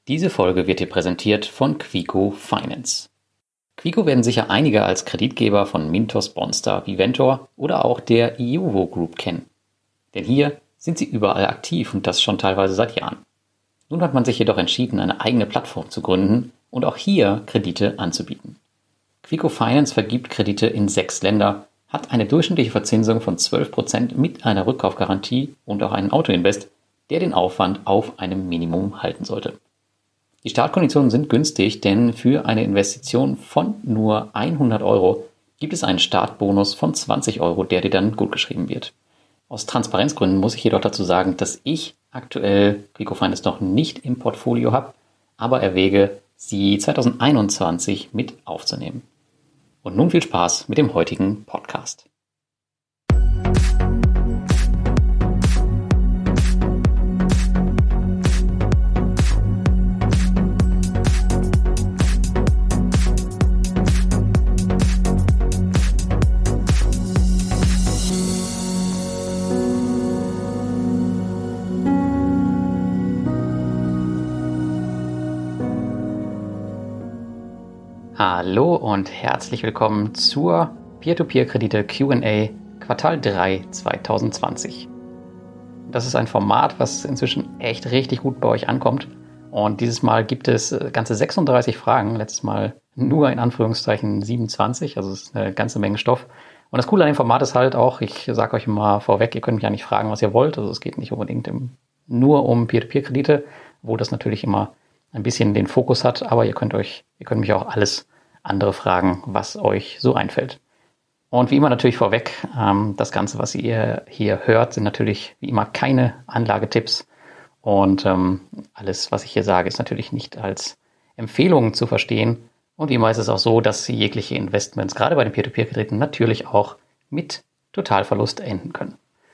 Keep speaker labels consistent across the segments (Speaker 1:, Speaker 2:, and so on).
Speaker 1: Diese Folge wird dir präsentiert von Quico Finance. Quico werden sicher einige als Kreditgeber von Mintos, Bonstar, Viventor oder auch der Iovo Group kennen. Denn hier sind sie überall aktiv und das schon teilweise seit Jahren. Nun hat man sich jedoch entschieden, eine eigene Plattform zu gründen und auch hier Kredite anzubieten. Quico Finance vergibt Kredite in 6 Länder, hat eine durchschnittliche Verzinsung von 12% mit einer Rückkaufgarantie und auch einen Autoinvest, der den Aufwand auf einem Minimum halten sollte. Die Startkonditionen sind günstig, denn für eine Investition von nur 100 Euro gibt es einen Startbonus von 20 Euro, der dir dann gutgeschrieben wird. Aus Transparenzgründen muss ich jedoch dazu sagen, dass ich aktuell Quico Finance noch nicht im Portfolio habe, aber erwäge, sie 2021 mit aufzunehmen. Und nun viel Spaß mit dem heutigen Podcast. Hallo und herzlich willkommen zur Peer-to-Peer-Kredite Q&A Quartal 3 2020. Das ist ein Format, was inzwischen echt richtig gut bei euch ankommt. Und dieses Mal gibt es ganze 36 Fragen, letztes Mal nur in Anführungszeichen 27, also es ist eine ganze Menge Stoff. Und das Coole an dem Format ist halt auch, ich sage euch mal vorweg, ihr könnt mich eigentlich fragen, was ihr wollt. Also es geht nicht unbedingt nur um Peer-to-Peer-Kredite, wo das natürlich immer ein bisschen den Fokus hat, aber ihr könnt mich auch alles andere fragen, was euch so einfällt. Und wie immer natürlich vorweg, das Ganze, was ihr hier hört, sind natürlich wie immer keine Anlagetipps. Und alles, was ich hier sage, ist natürlich nicht als Empfehlung zu verstehen. Und wie immer ist es auch so, dass jegliche Investments, gerade bei den Peer-to-Peer-Krediten, natürlich auch mit Totalverlust enden können.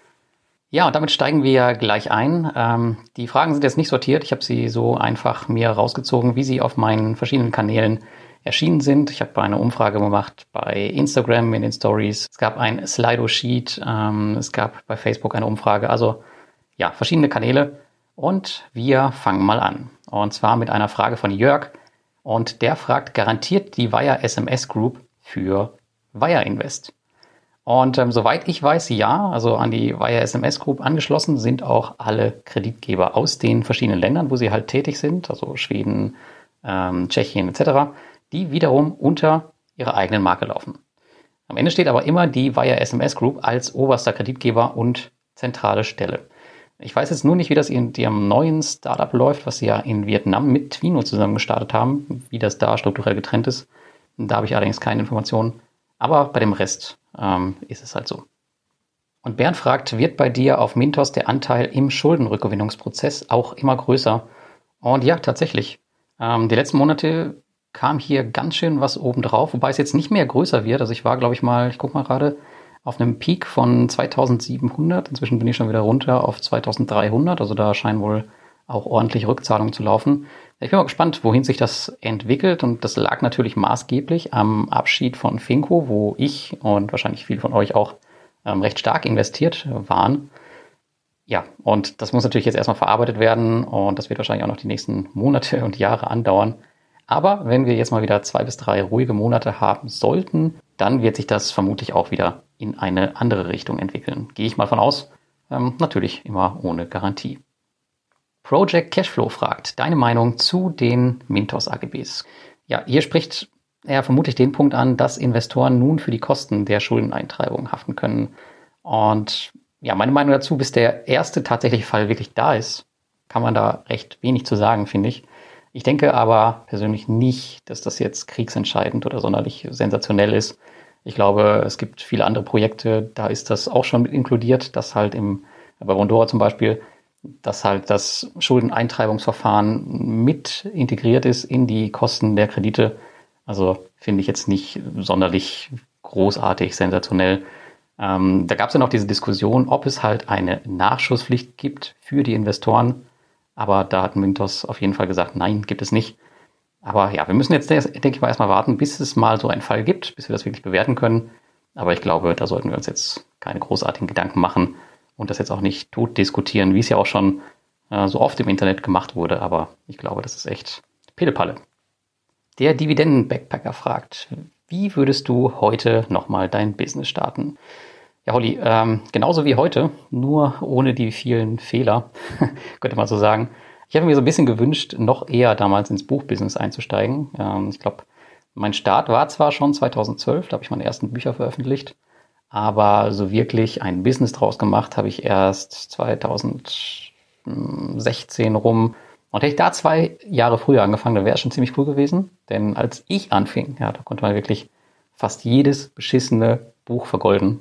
Speaker 1: Ja, und damit steigen wir gleich ein. Die Fragen sind jetzt nicht sortiert. Ich habe sie so einfach mir rausgezogen, wie sie auf meinen verschiedenen Kanälen erschienen sind. Ich habe eine Umfrage gemacht bei Instagram in den Stories. Es gab ein Slido-Sheet. Es gab bei Facebook eine Umfrage. Also ja, verschiedene Kanäle. Und wir fangen mal an. Und zwar mit einer Frage von Jörg. Und der fragt, garantiert die Via SMS Group für Via Invest? Und soweit ich weiß, ja, also an die Via SMS Group angeschlossen sind auch alle Kreditgeber aus den verschiedenen Ländern, wo sie halt tätig sind, also Schweden, Tschechien etc., die wiederum unter ihrer eigenen Marke laufen. Am Ende steht aber immer die Via SMS Group als oberster Kreditgeber und zentrale Stelle. Ich weiß jetzt nur nicht, wie das in ihrem neuen Startup läuft, was sie ja in Vietnam mit Twino zusammen gestartet haben, wie das da strukturell getrennt ist. Da habe ich allerdings keine Informationen. Aber bei dem Rest ist es halt so. Und Bernd fragt, wird bei dir auf Mintos der Anteil im Schuldenrückgewinnungsprozess auch immer größer? Und ja, tatsächlich. Die letzten Monate kam hier ganz schön was obendrauf, wobei es jetzt nicht mehr größer wird. Also ich war, glaube ich mal, ich gucke mal gerade, auf einem Peak von 2700. Inzwischen bin ich schon wieder runter auf 2300. Also da scheinen wohl auch ordentlich Rückzahlungen zu laufen. Ich bin mal gespannt, wohin sich das entwickelt. Und das lag natürlich maßgeblich am Abschied von Finco, wo ich und wahrscheinlich viele von euch auch recht stark investiert waren. Ja, und das muss natürlich jetzt erstmal verarbeitet werden. Und das wird wahrscheinlich auch noch die nächsten Monate und Jahre andauern. Aber wenn wir jetzt mal wieder 2 bis 3 ruhige Monate haben sollten, dann wird sich das vermutlich auch wieder in eine andere Richtung entwickeln. Gehe ich mal von aus. Natürlich immer ohne Garantie. Project Cashflow fragt, deine Meinung zu den Mintos AGBs? Ja, hier spricht er vermutlich den Punkt an, dass Investoren nun für die Kosten der Schuldeneintreibung haften können. Und ja, meine Meinung dazu, bis der erste tatsächliche Fall wirklich da ist, kann man da recht wenig zu sagen, finde ich. Ich denke aber persönlich nicht, dass das jetzt kriegsentscheidend oder sonderlich sensationell ist. Ich glaube, es gibt viele andere Projekte, da ist das auch schon mit inkludiert, dass halt bei Bondora zum Beispiel, dass halt das Schuldeneintreibungsverfahren mit integriert ist in die Kosten der Kredite. Also finde ich jetzt nicht sonderlich großartig, sensationell. Da gab es ja noch diese Diskussion, ob es halt eine Nachschusspflicht gibt für die Investoren. Aber da hat Mintos auf jeden Fall gesagt, nein, gibt es nicht. Aber ja, wir müssen jetzt, denke ich mal, erstmal warten, bis es mal so einen Fall gibt, bis wir das wirklich bewerten können. Aber ich glaube, da sollten wir uns jetzt keine großartigen Gedanken machen und das jetzt auch nicht tot diskutieren, wie es ja auch schon so oft im Internet gemacht wurde, aber ich glaube, das ist echt Pillepalle. Der Dividenden-Backpacker fragt, wie würdest du heute nochmal dein Business starten? Ja, Holly, genauso wie heute, nur ohne die vielen Fehler, könnte man so sagen. Ich habe mir so ein bisschen gewünscht, noch eher damals ins Buchbusiness einzusteigen. Ich glaube, mein Start war zwar schon 2012, da habe ich meine ersten Bücher veröffentlicht, aber so wirklich ein Business draus gemacht habe ich erst 2016 rum. Und hätte ich da 2 Jahre früher angefangen, dann wäre es schon ziemlich cool gewesen. Denn als ich anfing, ja, da konnte man wirklich fast jedes beschissene Buch vergolden.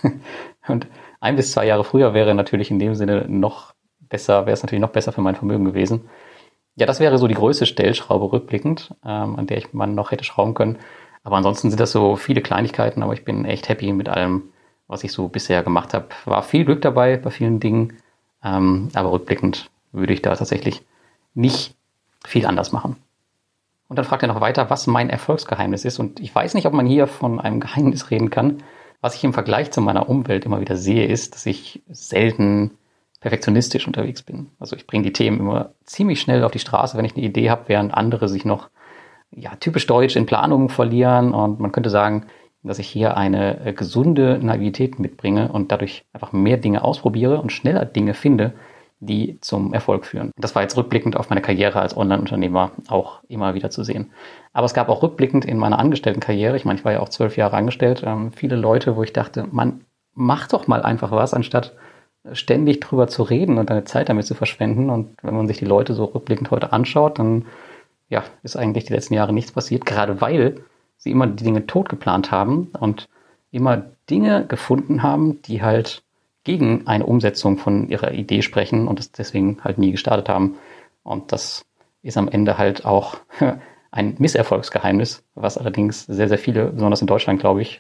Speaker 1: Und 1 bis 2 Jahre früher wäre natürlich in dem Sinne noch besser, wäre es natürlich noch besser für mein Vermögen gewesen. Ja, das wäre so die größte Stellschraube rückblickend, an der man noch hätte schrauben können. Aber ansonsten sind das so viele Kleinigkeiten, aber ich bin echt happy mit allem, was ich so bisher gemacht habe. War viel Glück dabei bei vielen Dingen, aber rückblickend würde ich da tatsächlich nicht viel anders machen. Und dann fragt er noch weiter, was mein Erfolgsgeheimnis ist. Und ich weiß nicht, ob man hier von einem Geheimnis reden kann. Was ich im Vergleich zu meiner Umwelt immer wieder sehe, ist, dass ich selten perfektionistisch unterwegs bin. Also ich bringe die Themen immer ziemlich schnell auf die Straße, wenn ich eine Idee habe, während andere sich noch typisch deutsch in Planungen verlieren. Und man könnte sagen, dass ich hier eine gesunde Naivität mitbringe und dadurch einfach mehr Dinge ausprobiere und schneller Dinge finde, die zum Erfolg führen. Das war jetzt rückblickend auf meine Karriere als Online-Unternehmer auch immer wieder zu sehen. Aber es gab auch rückblickend in meiner Angestelltenkarriere, ich meine, ich war ja auch 12 Jahre angestellt, viele Leute, wo ich dachte, man, mach doch mal einfach was, anstatt ständig drüber zu reden und deine Zeit damit zu verschwenden. Und wenn man sich die Leute so rückblickend heute anschaut, dann ist eigentlich die letzten Jahre nichts passiert, gerade weil sie immer die Dinge tot geplant haben und immer Dinge gefunden haben, die halt gegen eine Umsetzung von ihrer Idee sprechen und es deswegen halt nie gestartet haben. Und das ist am Ende halt auch ein Misserfolgsgeheimnis, was allerdings sehr, sehr viele, besonders in Deutschland, glaube ich,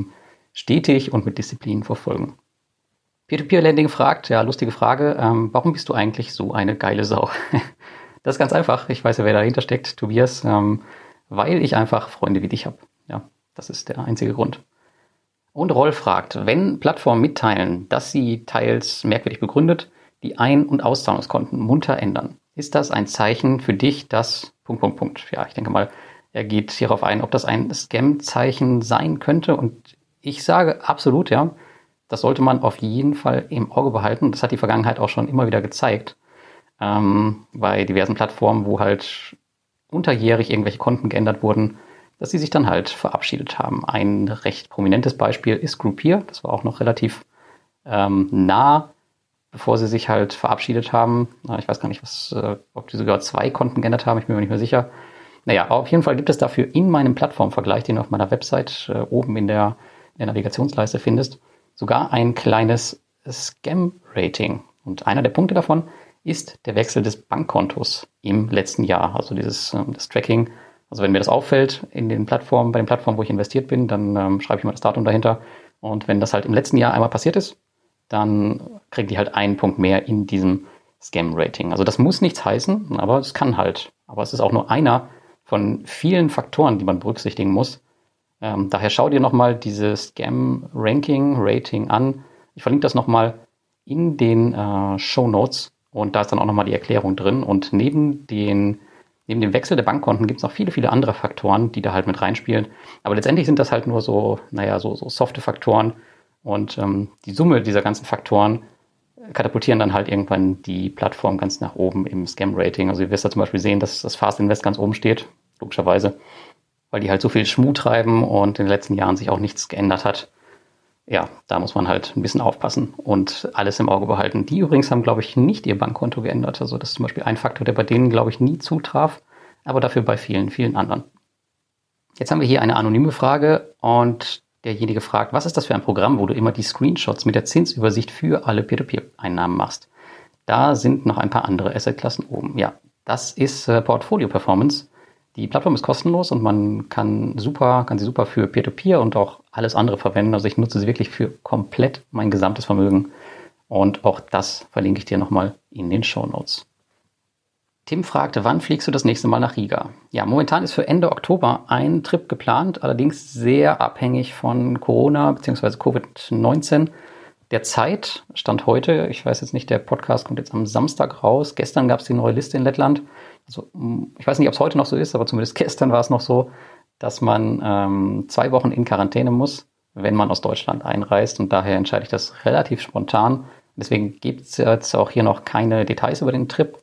Speaker 1: stetig und mit Disziplin verfolgen. Peer-to-Peer-Lending fragt, ja, lustige Frage, warum bist du eigentlich so eine geile Sau? Das ist ganz einfach, ich weiß ja, wer dahinter steckt, Tobias, weil ich einfach Freunde wie dich habe. Ja, das ist der einzige Grund. Und Rolf fragt, wenn Plattformen mitteilen, dass sie teils merkwürdig begründet die Ein- und Auszahlungskonten munter ändern, ist das ein Zeichen für dich, dass... ... Ja, ich denke mal, er geht hierauf ein, ob das ein Scam-Zeichen sein könnte. Und ich sage absolut, ja, das sollte man auf jeden Fall im Auge behalten. Das hat die Vergangenheit auch schon immer wieder gezeigt. Bei diversen Plattformen, wo halt unterjährig irgendwelche Konten geändert wurden, dass sie sich dann halt verabschiedet haben. Ein recht prominentes Beispiel ist Groupier. Das war auch noch relativ nah, bevor sie sich halt verabschiedet haben. Ich weiß gar nicht, ob die sogar 2 Konten geändert haben. Ich bin mir nicht mehr sicher. Naja, auf jeden Fall gibt es dafür in meinem Plattformvergleich, den du auf meiner Website oben in der Navigationsleiste findest, sogar ein kleines Scam-Rating. Und einer der Punkte davon ist der Wechsel des Bankkontos im letzten Jahr. Also das Tracking. Also wenn mir das auffällt bei den Plattformen, wo ich investiert bin, dann schreibe ich mal das Datum dahinter. Und wenn das halt im letzten Jahr einmal passiert ist, dann kriegt die halt einen Punkt mehr in diesem Scam-Rating. Also das muss nichts heißen, aber es kann halt. Aber es ist auch nur einer von vielen Faktoren, die man berücksichtigen muss. Daher schau dir nochmal dieses Scam-Rating an. Ich verlinke das nochmal in den Shownotes und da ist dann auch nochmal die Erklärung drin. Und neben dem Wechsel der Bankkonten gibt es noch viele, viele andere Faktoren, die da halt mit reinspielen. Aber letztendlich sind das halt nur so softe Faktoren. Und die Summe dieser ganzen Faktoren katapultieren dann halt irgendwann die Plattform ganz nach oben im Scam-Rating. Also ihr wirst da zum Beispiel sehen, dass das Fast Invest ganz oben steht, logischerweise, weil die halt so viel Schmuh treiben und in den letzten Jahren sich auch nichts geändert hat. Ja, da muss man halt ein bisschen aufpassen und alles im Auge behalten. Die übrigens haben, glaube ich, nicht ihr Bankkonto geändert. Also das ist zum Beispiel ein Faktor, der bei denen, glaube ich, nie zutraf, aber dafür bei vielen, vielen anderen. Jetzt haben wir hier eine anonyme Frage und derjenige fragt, was ist das für ein Programm, wo du immer die Screenshots mit der Zinsübersicht für alle Peer-to-Peer-Einnahmen machst? Da sind noch ein paar andere Assetklassen oben. Ja, das ist Portfolio Performance. Die Plattform ist kostenlos und man kann sie super für Peer-to-Peer und auch alles andere verwenden. Also ich nutze sie wirklich für komplett mein gesamtes Vermögen. Und auch das verlinke ich dir nochmal in den Shownotes. Tim fragte, wann fliegst du das nächste Mal nach Riga? Ja, momentan ist für Ende Oktober ein Trip geplant, allerdings sehr abhängig von Corona bzw. Covid-19. der Zeit, Stand heute, ich weiß jetzt nicht, der Podcast kommt jetzt am Samstag raus. Gestern gab es die neue Liste in Lettland. Also ich weiß nicht, ob es heute noch so ist, aber zumindest gestern war es noch so, dass man 2 Wochen in Quarantäne muss, wenn man aus Deutschland einreist. Und daher entscheide ich das relativ spontan. Deswegen gibt es jetzt auch hier noch keine Details über den Trip.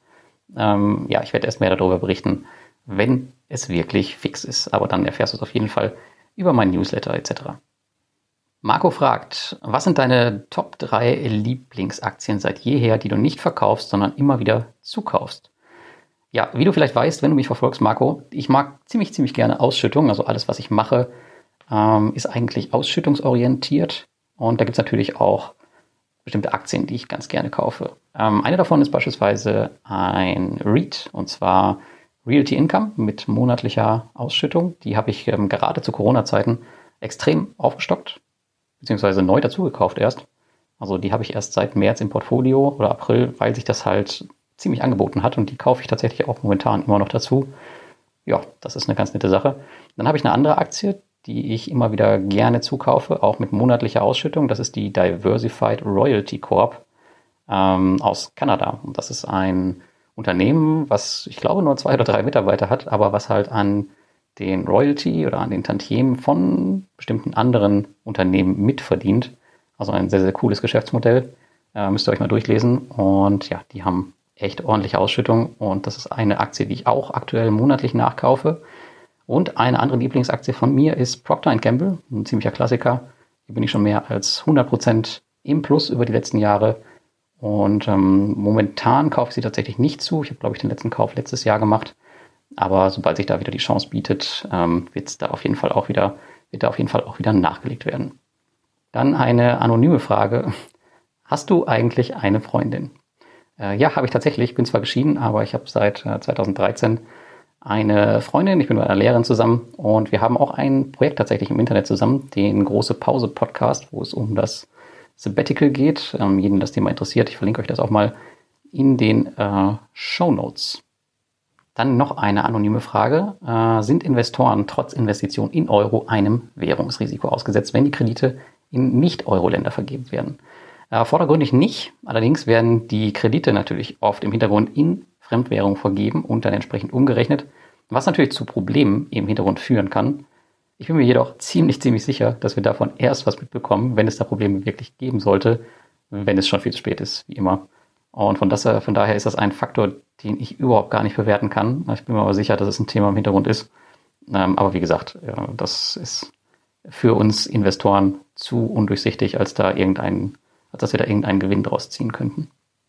Speaker 1: Ja, ich werde erst mehr darüber berichten, wenn es wirklich fix ist. Aber dann erfährst du es auf jeden Fall über mein Newsletter etc. Marco fragt, was sind deine Top 3 Lieblingsaktien seit jeher, die du nicht verkaufst, sondern immer wieder zukaufst? Ja, wie du vielleicht weißt, wenn du mich verfolgst, Marco, ich mag ziemlich gerne Ausschüttung. Also alles, was ich mache, ist eigentlich ausschüttungsorientiert. Und da gibt es natürlich auch bestimmte Aktien, die ich ganz gerne kaufe. Eine davon ist beispielsweise ein REIT, und zwar Realty Income mit monatlicher Ausschüttung. Die habe ich gerade zu Corona-Zeiten extrem aufgestockt, beziehungsweise neu dazugekauft erst. Also die habe ich erst seit März im Portfolio oder April, weil sich das halt ziemlich angeboten hat, und die kaufe ich tatsächlich auch momentan immer noch dazu. Ja, das ist eine ganz nette Sache. Dann habe ich eine andere Aktie, die ich immer wieder gerne zukaufe, auch mit monatlicher Ausschüttung. Das ist die Diversified Royalty Corp aus Kanada. Und das ist ein Unternehmen, was ich glaube nur 2 oder 3 Mitarbeiter hat, aber was halt an den Royalty oder an den Tantiemen von bestimmten anderen Unternehmen mitverdient. Also ein sehr cooles Geschäftsmodell. Müsst ihr euch mal durchlesen. Und ja, die haben echt ordentliche Ausschüttung. Und das ist eine Aktie, die ich auch aktuell monatlich nachkaufe. Und eine andere Lieblingsaktie von mir ist Procter & Gamble, ein ziemlicher Klassiker. Hier bin ich schon mehr als 100% im Plus über die letzten Jahre. Und momentan kaufe ich sie tatsächlich nicht zu. Ich habe, glaube ich, den letzten Kauf letztes Jahr gemacht. Aber sobald sich da wieder die Chance bietet, wird da auf jeden Fall auch wieder nachgelegt werden. Dann eine anonyme Frage. Hast du eigentlich eine Freundin? Ja, habe ich tatsächlich. Ich bin zwar geschieden, aber ich habe seit 2013 eine Freundin. Ich bin mit einer Lehrerin zusammen, und wir haben auch ein Projekt tatsächlich im Internet zusammen, den Große Pause Podcast, wo es um das Sabbatical geht. Jeden das Thema interessiert, ich verlinke euch das auch mal in den Shownotes. Dann noch eine anonyme Frage. Sind Investoren trotz Investition in Euro einem Währungsrisiko ausgesetzt, wenn die Kredite in Nicht-Euro-Länder vergeben werden? Vordergründig nicht. Allerdings werden die Kredite natürlich oft im Hintergrund in Fremdwährung vergeben und dann entsprechend umgerechnet, was natürlich zu Problemen im Hintergrund führen kann. Ich bin mir jedoch ziemlich sicher, dass wir davon erst was mitbekommen, wenn es da Probleme wirklich geben sollte, wenn es schon viel zu spät ist, wie immer. Und von daher ist das ein Faktor, den ich überhaupt gar nicht bewerten kann. Ich bin mir aber sicher, dass es ein Thema im Hintergrund ist. Aber wie gesagt, das ist für uns Investoren zu undurchsichtig, als dass wir da irgendeinen Gewinn draus ziehen könnten.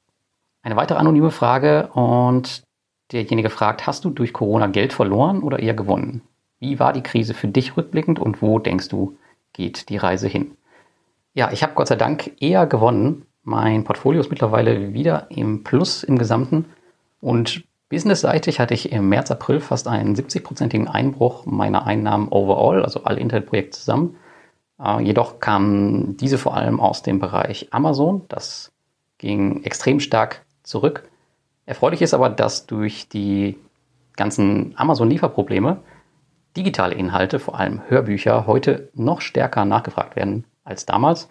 Speaker 1: Eine weitere anonyme Frage, und derjenige fragt, hast du durch Corona Geld verloren oder eher gewonnen? Wie war die Krise für dich rückblickend und wo denkst du, geht die Reise hin? Ja, ich habe Gott sei Dank eher gewonnen. Mein Portfolio ist mittlerweile wieder im Plus im Gesamten, und businessseitig hatte ich im März, April fast einen 70%igen Einbruch meiner Einnahmen overall, also alle Internetprojekte zusammen. Jedoch kamen diese vor allem aus dem Bereich Amazon. Das ging extrem stark zurück. Erfreulich ist aber, dass durch die ganzen Amazon-Lieferprobleme digitale Inhalte, vor allem Hörbücher, heute noch stärker nachgefragt werden als damals.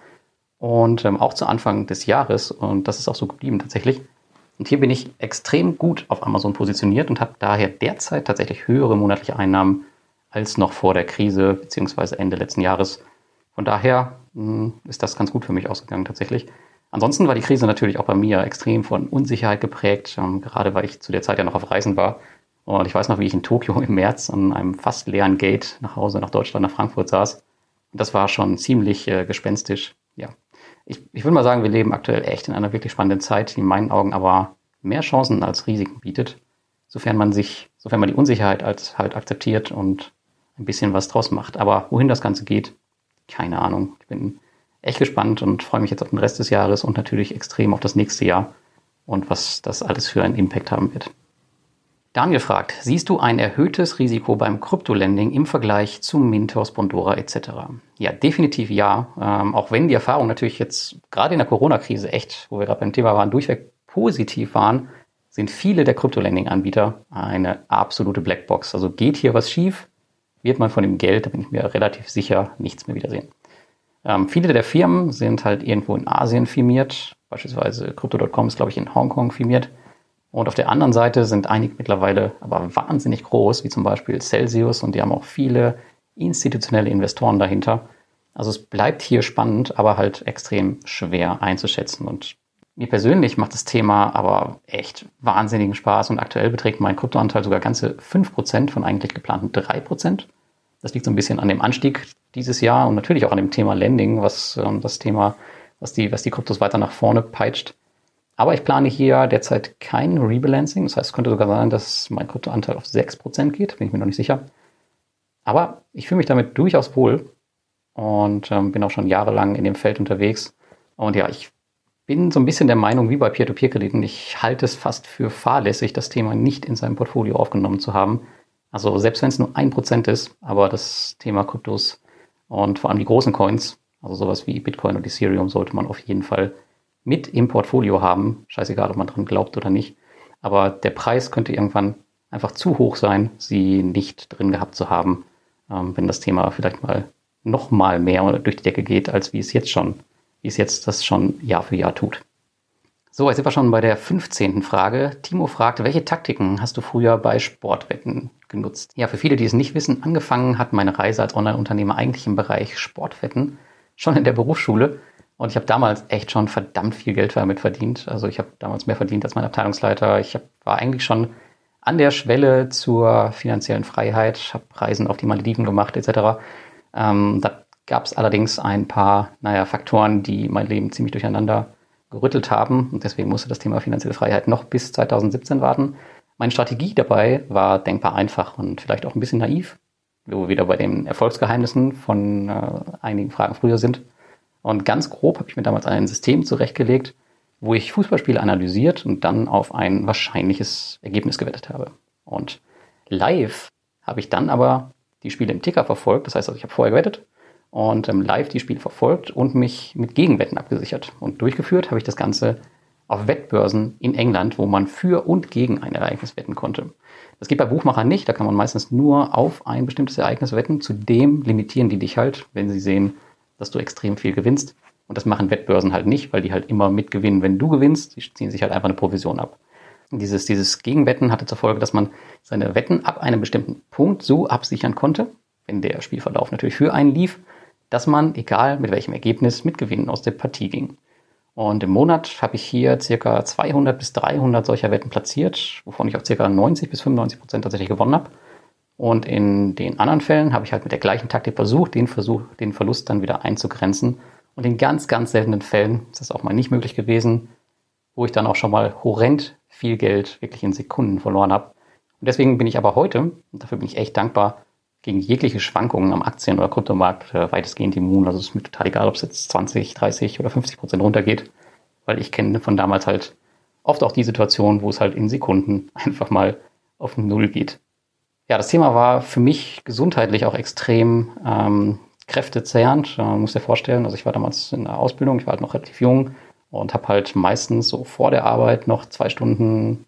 Speaker 1: Und auch zu Anfang des Jahres, und das ist auch so geblieben tatsächlich. Und hier bin ich extrem gut auf Amazon positioniert und habe daher derzeit tatsächlich höhere monatliche Einnahmen als noch vor der Krise bzw. Ende letzten Jahres. Von daher ist das ganz gut für mich ausgegangen tatsächlich. Ansonsten war die Krise natürlich auch bei mir extrem von Unsicherheit geprägt, gerade weil ich zu der Zeit ja noch auf Reisen war. Und ich weiß noch, wie ich in Tokio im März an einem fast leeren Gate nach Hause, nach Deutschland, nach Frankfurt saß. Und das war schon ziemlich gespenstisch. Ja, ich würde mal sagen, wir leben aktuell echt in einer wirklich spannenden Zeit, die in meinen Augen aber mehr Chancen als Risiken bietet, sofern man die Unsicherheit als halt akzeptiert und ein bisschen was draus macht. Aber wohin das Ganze geht, keine Ahnung. Ich bin echt gespannt und freue mich jetzt auf den Rest des Jahres und natürlich extrem auf das nächste Jahr und was das alles für einen Impact haben wird. Daniel fragt, siehst du ein erhöhtes Risiko beim Kryptolending im Vergleich zu Mintos, Bondora etc.? Ja, definitiv ja. Auch wenn die Erfahrung natürlich jetzt gerade in der Corona-Krise echt, wo wir gerade beim Thema waren, durchweg positiv waren, sind viele der Kryptolending-Anbieter eine absolute Blackbox. Also geht hier was schief, wird man von dem Geld, da bin ich mir relativ sicher, nichts mehr wiedersehen. Viele der Firmen sind halt irgendwo in Asien firmiert. Beispielsweise Crypto.com ist, glaube ich, in Hongkong firmiert. Und auf der anderen Seite sind einige mittlerweile aber wahnsinnig groß, wie zum Beispiel Celsius. Und die haben auch viele institutionelle Investoren dahinter. Also es bleibt hier spannend, aber halt extrem schwer einzuschätzen. Und mir persönlich macht das Thema aber echt wahnsinnigen Spaß. Und aktuell beträgt mein Kryptoanteil sogar ganze 5% von eigentlich geplanten 3%. Das liegt so ein bisschen an dem Anstieg dieses Jahr und natürlich auch an dem Thema Lending, was die Kryptos weiter nach vorne peitscht. Aber ich plane hier derzeit kein Rebalancing. Das heißt, es könnte sogar sein, dass mein Kryptoanteil auf 6% geht. Bin ich mir noch nicht sicher. Aber ich fühle mich damit durchaus wohl und bin auch schon jahrelang in dem Feld unterwegs. Und ja, ich bin so ein bisschen der Meinung, wie bei Peer-to-Peer-Krediten, ich halte es fast für fahrlässig, das Thema nicht in seinem Portfolio aufgenommen zu haben. Also selbst wenn es nur 1% ist, aber das Thema Kryptos und vor allem die großen Coins, also sowas wie Bitcoin und Ethereum, sollte man auf jeden Fall mit im Portfolio haben. Scheißegal, ob man dran glaubt oder nicht. Aber der Preis könnte irgendwann einfach zu hoch sein, sie nicht drin gehabt zu haben, wenn das Thema vielleicht mal noch mal mehr durch die Decke geht, als wie es jetzt das schon Jahr für Jahr tut. So, jetzt sind wir schon bei der 15. Frage. Timo fragt, welche Taktiken hast du früher bei Sportwetten genutzt? Ja, für viele, die es nicht wissen, angefangen hat meine Reise als Online-Unternehmer eigentlich im Bereich Sportwetten, schon in der Berufsschule. Und ich habe damals echt schon verdammt viel Geld damit verdient. Also ich habe damals mehr verdient als mein Abteilungsleiter. War eigentlich schon an der Schwelle zur finanziellen Freiheit, habe Reisen auf die Malediven gemacht etc. Da gab es allerdings ein paar Faktoren, die mein Leben ziemlich durcheinander gerüttelt haben. Und deswegen musste das Thema finanzielle Freiheit noch bis 2017 warten. Meine Strategie dabei war denkbar einfach und vielleicht auch ein bisschen naiv, wo wir wieder bei den Erfolgsgeheimnissen von einigen Fragen früher sind. Und ganz grob habe ich mir damals ein System zurechtgelegt, wo ich Fußballspiele analysiert und dann auf ein wahrscheinliches Ergebnis gewettet habe. Und live habe ich dann aber die Spiele im Ticker verfolgt. Das heißt, also ich habe vorher gewettet und live die Spiele verfolgt und mich mit Gegenwetten abgesichert. Und durchgeführt habe ich das Ganze auf Wettbörsen in England, wo man für und gegen ein Ereignis wetten konnte. Das geht bei Buchmachern nicht, da kann man meistens nur auf ein bestimmtes Ereignis wetten. Zudem limitieren die dich halt, wenn sie sehen, dass du extrem viel gewinnst. Und das machen Wettbörsen halt nicht, weil die halt immer mitgewinnen, wenn du gewinnst. Die ziehen sich halt einfach eine Provision ab. Und dieses Gegenwetten hatte zur Folge, dass man seine Wetten ab einem bestimmten Punkt so absichern konnte, wenn der Spielverlauf natürlich für einen lief, dass man, egal mit welchem Ergebnis, mit Gewinnen aus der Partie ging. Und im Monat habe ich hier ca. 200 bis 300 solcher Wetten platziert, wovon ich auch ca. 90 bis 95% tatsächlich gewonnen habe. Und in den anderen Fällen habe ich halt mit der gleichen Taktik versucht, den Verlust dann wieder einzugrenzen. Und in ganz, ganz seltenen Fällen ist das auch mal nicht möglich gewesen, wo ich dann auch schon mal horrend viel Geld wirklich in Sekunden verloren habe. Und deswegen bin ich aber heute, und dafür bin ich echt dankbar, gegen jegliche Schwankungen am Aktien- oder Kryptomarkt weitestgehend immun. Also es ist mir total egal, ob es jetzt 20, 30 oder 50% runtergeht, weil ich kenne von damals halt oft auch die Situation, wo es halt in Sekunden einfach mal auf Null geht. Ja, das Thema war für mich gesundheitlich auch extrem kräftezehrend. Man muss dir vorstellen, also ich war damals in der Ausbildung, ich war halt noch relativ jung und habe halt meistens so vor der Arbeit noch 2 Stunden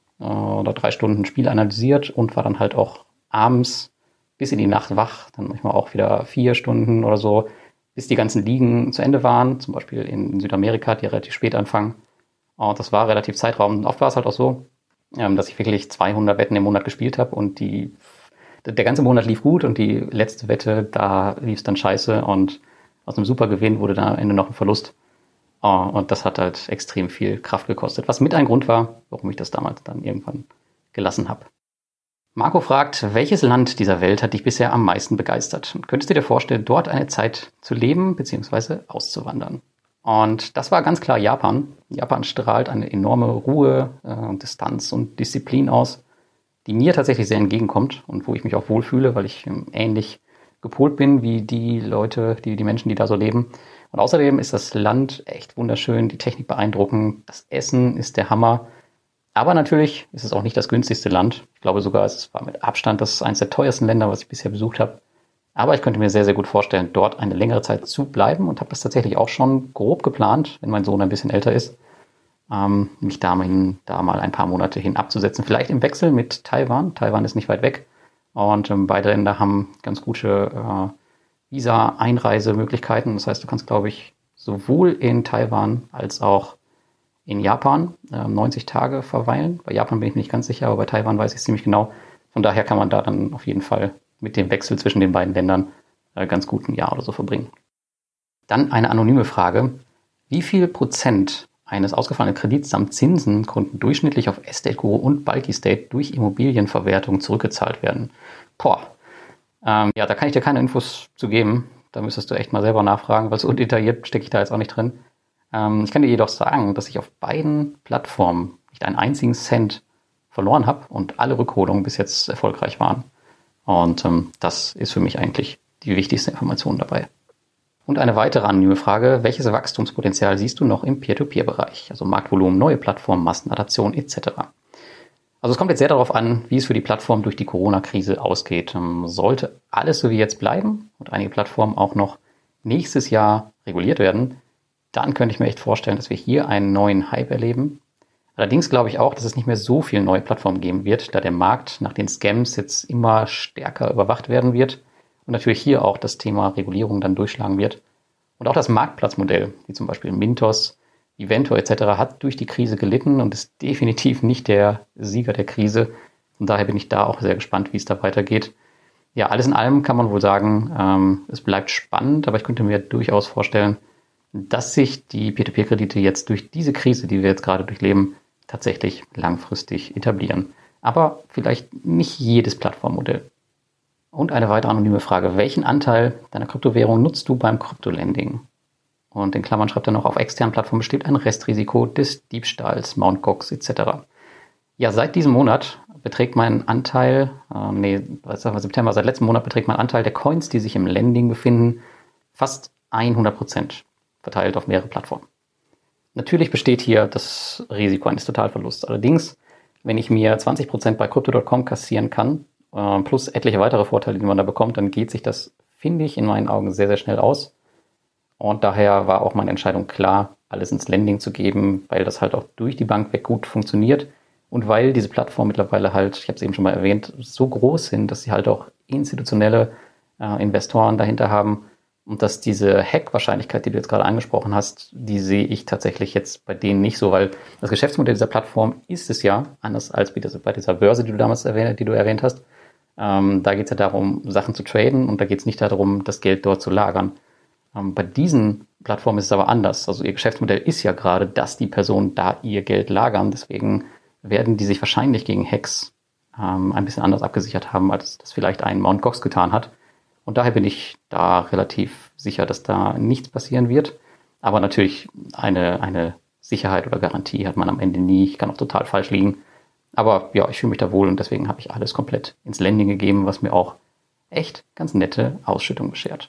Speaker 1: oder 3 Stunden Spiel analysiert und war dann halt auch abends bis in die Nacht wach, dann manchmal auch wieder 4 Stunden oder so, bis die ganzen Ligen zu Ende waren, zum Beispiel in Südamerika, die relativ spät anfangen. Und das war relativ zeitraubend. Oft war es halt auch so, dass ich wirklich 200 Wetten im Monat gespielt habe und der ganze Monat lief gut und die letzte Wette, da lief es dann scheiße und aus einem super Gewinn wurde dann am Ende noch ein Verlust. Und das hat halt extrem viel Kraft gekostet, was mit ein Grund war, warum ich das damals dann irgendwann gelassen habe. Marco fragt, welches Land dieser Welt hat dich bisher am meisten begeistert? Und könntest du dir vorstellen, dort eine Zeit zu leben bzw. auszuwandern? Und das war ganz klar Japan. Japan strahlt eine enorme Ruhe, Distanz und Disziplin aus, die mir tatsächlich sehr entgegenkommt und wo ich mich auch wohlfühle, weil ich ähnlich gepolt bin wie die Leute, die Menschen, die da so leben. Und außerdem ist das Land echt wunderschön, die Technik beeindruckend, das Essen ist der Hammer. Aber natürlich ist es auch nicht das günstigste Land. Ich glaube sogar, es war mit Abstand eines der teuersten Länder, was ich bisher besucht habe. Aber ich könnte mir sehr, sehr gut vorstellen, dort eine längere Zeit zu bleiben und habe das tatsächlich auch schon grob geplant, wenn mein Sohn ein bisschen älter ist, mich da mal ein paar Monate hin abzusetzen. Vielleicht im Wechsel mit Taiwan. Taiwan ist nicht weit weg und beide Länder haben ganz gute Visa-Einreisemöglichkeiten. Das heißt, du kannst, glaube ich, sowohl in Taiwan als auch in Japan 90 Tage verweilen. Bei Japan bin ich mir nicht ganz sicher, aber bei Taiwan weiß ich es ziemlich genau. Von daher kann man da dann auf jeden Fall mit dem Wechsel zwischen den beiden Ländern ganz gut ein Jahr oder so verbringen. Dann eine anonyme Frage. Wie viel Prozent eines ausgefallenen Kredits samt Zinsen konnten durchschnittlich auf Estate Guru und Bulky State durch Immobilienverwertung zurückgezahlt werden? Ja, da kann ich dir keine Infos zu geben. Da müsstest du echt mal selber nachfragen, weil so detailliert stecke ich da jetzt auch nicht drin. Ich kann dir jedoch sagen, dass ich auf beiden Plattformen nicht einen einzigen Cent verloren habe und alle Rückholungen bis jetzt erfolgreich waren. Und das ist für mich eigentlich die wichtigste Information dabei. Und eine weitere anonyme Frage: Welches Wachstumspotenzial siehst du noch im Peer-to-Peer-Bereich? Also Marktvolumen, neue Plattformen, Massenadaption etc. Also es kommt jetzt sehr darauf an, wie es für die Plattform durch die Corona-Krise ausgeht. Sollte alles so wie jetzt bleiben und einige Plattformen auch noch nächstes Jahr reguliert werden, dann könnte ich mir echt vorstellen, dass wir hier einen neuen Hype erleben. Allerdings glaube ich auch, dass es nicht mehr so viele neue Plattformen geben wird, da der Markt nach den Scams jetzt immer stärker überwacht werden wird und natürlich hier auch das Thema Regulierung dann durchschlagen wird. Und auch das Marktplatzmodell, wie zum Beispiel Mintos, Eventor etc. hat durch die Krise gelitten und ist definitiv nicht der Sieger der Krise. Und daher bin ich da auch sehr gespannt, wie es da weitergeht. Ja, alles in allem kann man wohl sagen, es bleibt spannend, aber ich könnte mir durchaus vorstellen, dass sich die Peer-to-Peer-Kredite jetzt durch diese Krise, die wir jetzt gerade durchleben, tatsächlich langfristig etablieren. Aber vielleicht nicht jedes Plattformmodell. Und eine weitere anonyme Frage: Welchen Anteil deiner Kryptowährung nutzt du beim Kryptolending? Und in Klammern schreibt er noch: Auf externen Plattformen besteht ein Restrisiko des Diebstahls, Mt. Gox etc. Ja, seit diesem Monat beträgt mein Anteil, September, seit letztem Monat beträgt mein Anteil der Coins, die sich im Lending befinden, fast 100%, verteilt auf mehrere Plattformen. Natürlich besteht hier das Risiko eines Totalverlusts. Allerdings, wenn ich mir 20% bei Crypto.com kassieren kann, plus etliche weitere Vorteile, die man da bekommt, dann geht sich das, finde ich, in meinen Augen sehr, sehr schnell aus. Und daher war auch meine Entscheidung klar, alles ins Lending zu geben, weil das halt auch durch die Bank weg gut funktioniert und weil diese Plattformen mittlerweile halt, ich habe es eben schon mal erwähnt, so groß sind, dass sie halt auch institutionelle Investoren dahinter haben und dass diese Hack-Wahrscheinlichkeit, die du jetzt gerade angesprochen hast, die sehe ich tatsächlich jetzt bei denen nicht so, weil das Geschäftsmodell dieser Plattform ist es ja, anders als bei dieser Börse, die du erwähnt hast. Da geht es ja darum, Sachen zu traden und da geht es nicht darum, das Geld dort zu lagern. Bei diesen Plattformen ist es aber anders. Also ihr Geschäftsmodell ist ja gerade, dass die Personen da ihr Geld lagern. Deswegen werden die sich wahrscheinlich gegen Hacks ein bisschen anders abgesichert haben, als das vielleicht ein Mt. Gox getan hat. Und daher bin ich da relativ sicher, dass da nichts passieren wird. Aber natürlich eine Sicherheit oder Garantie hat man am Ende nie. Ich kann auch total falsch liegen. Aber ja, ich fühle mich da wohl und deswegen habe ich alles komplett ins Lending gegeben, was mir auch echt ganz nette Ausschüttung beschert.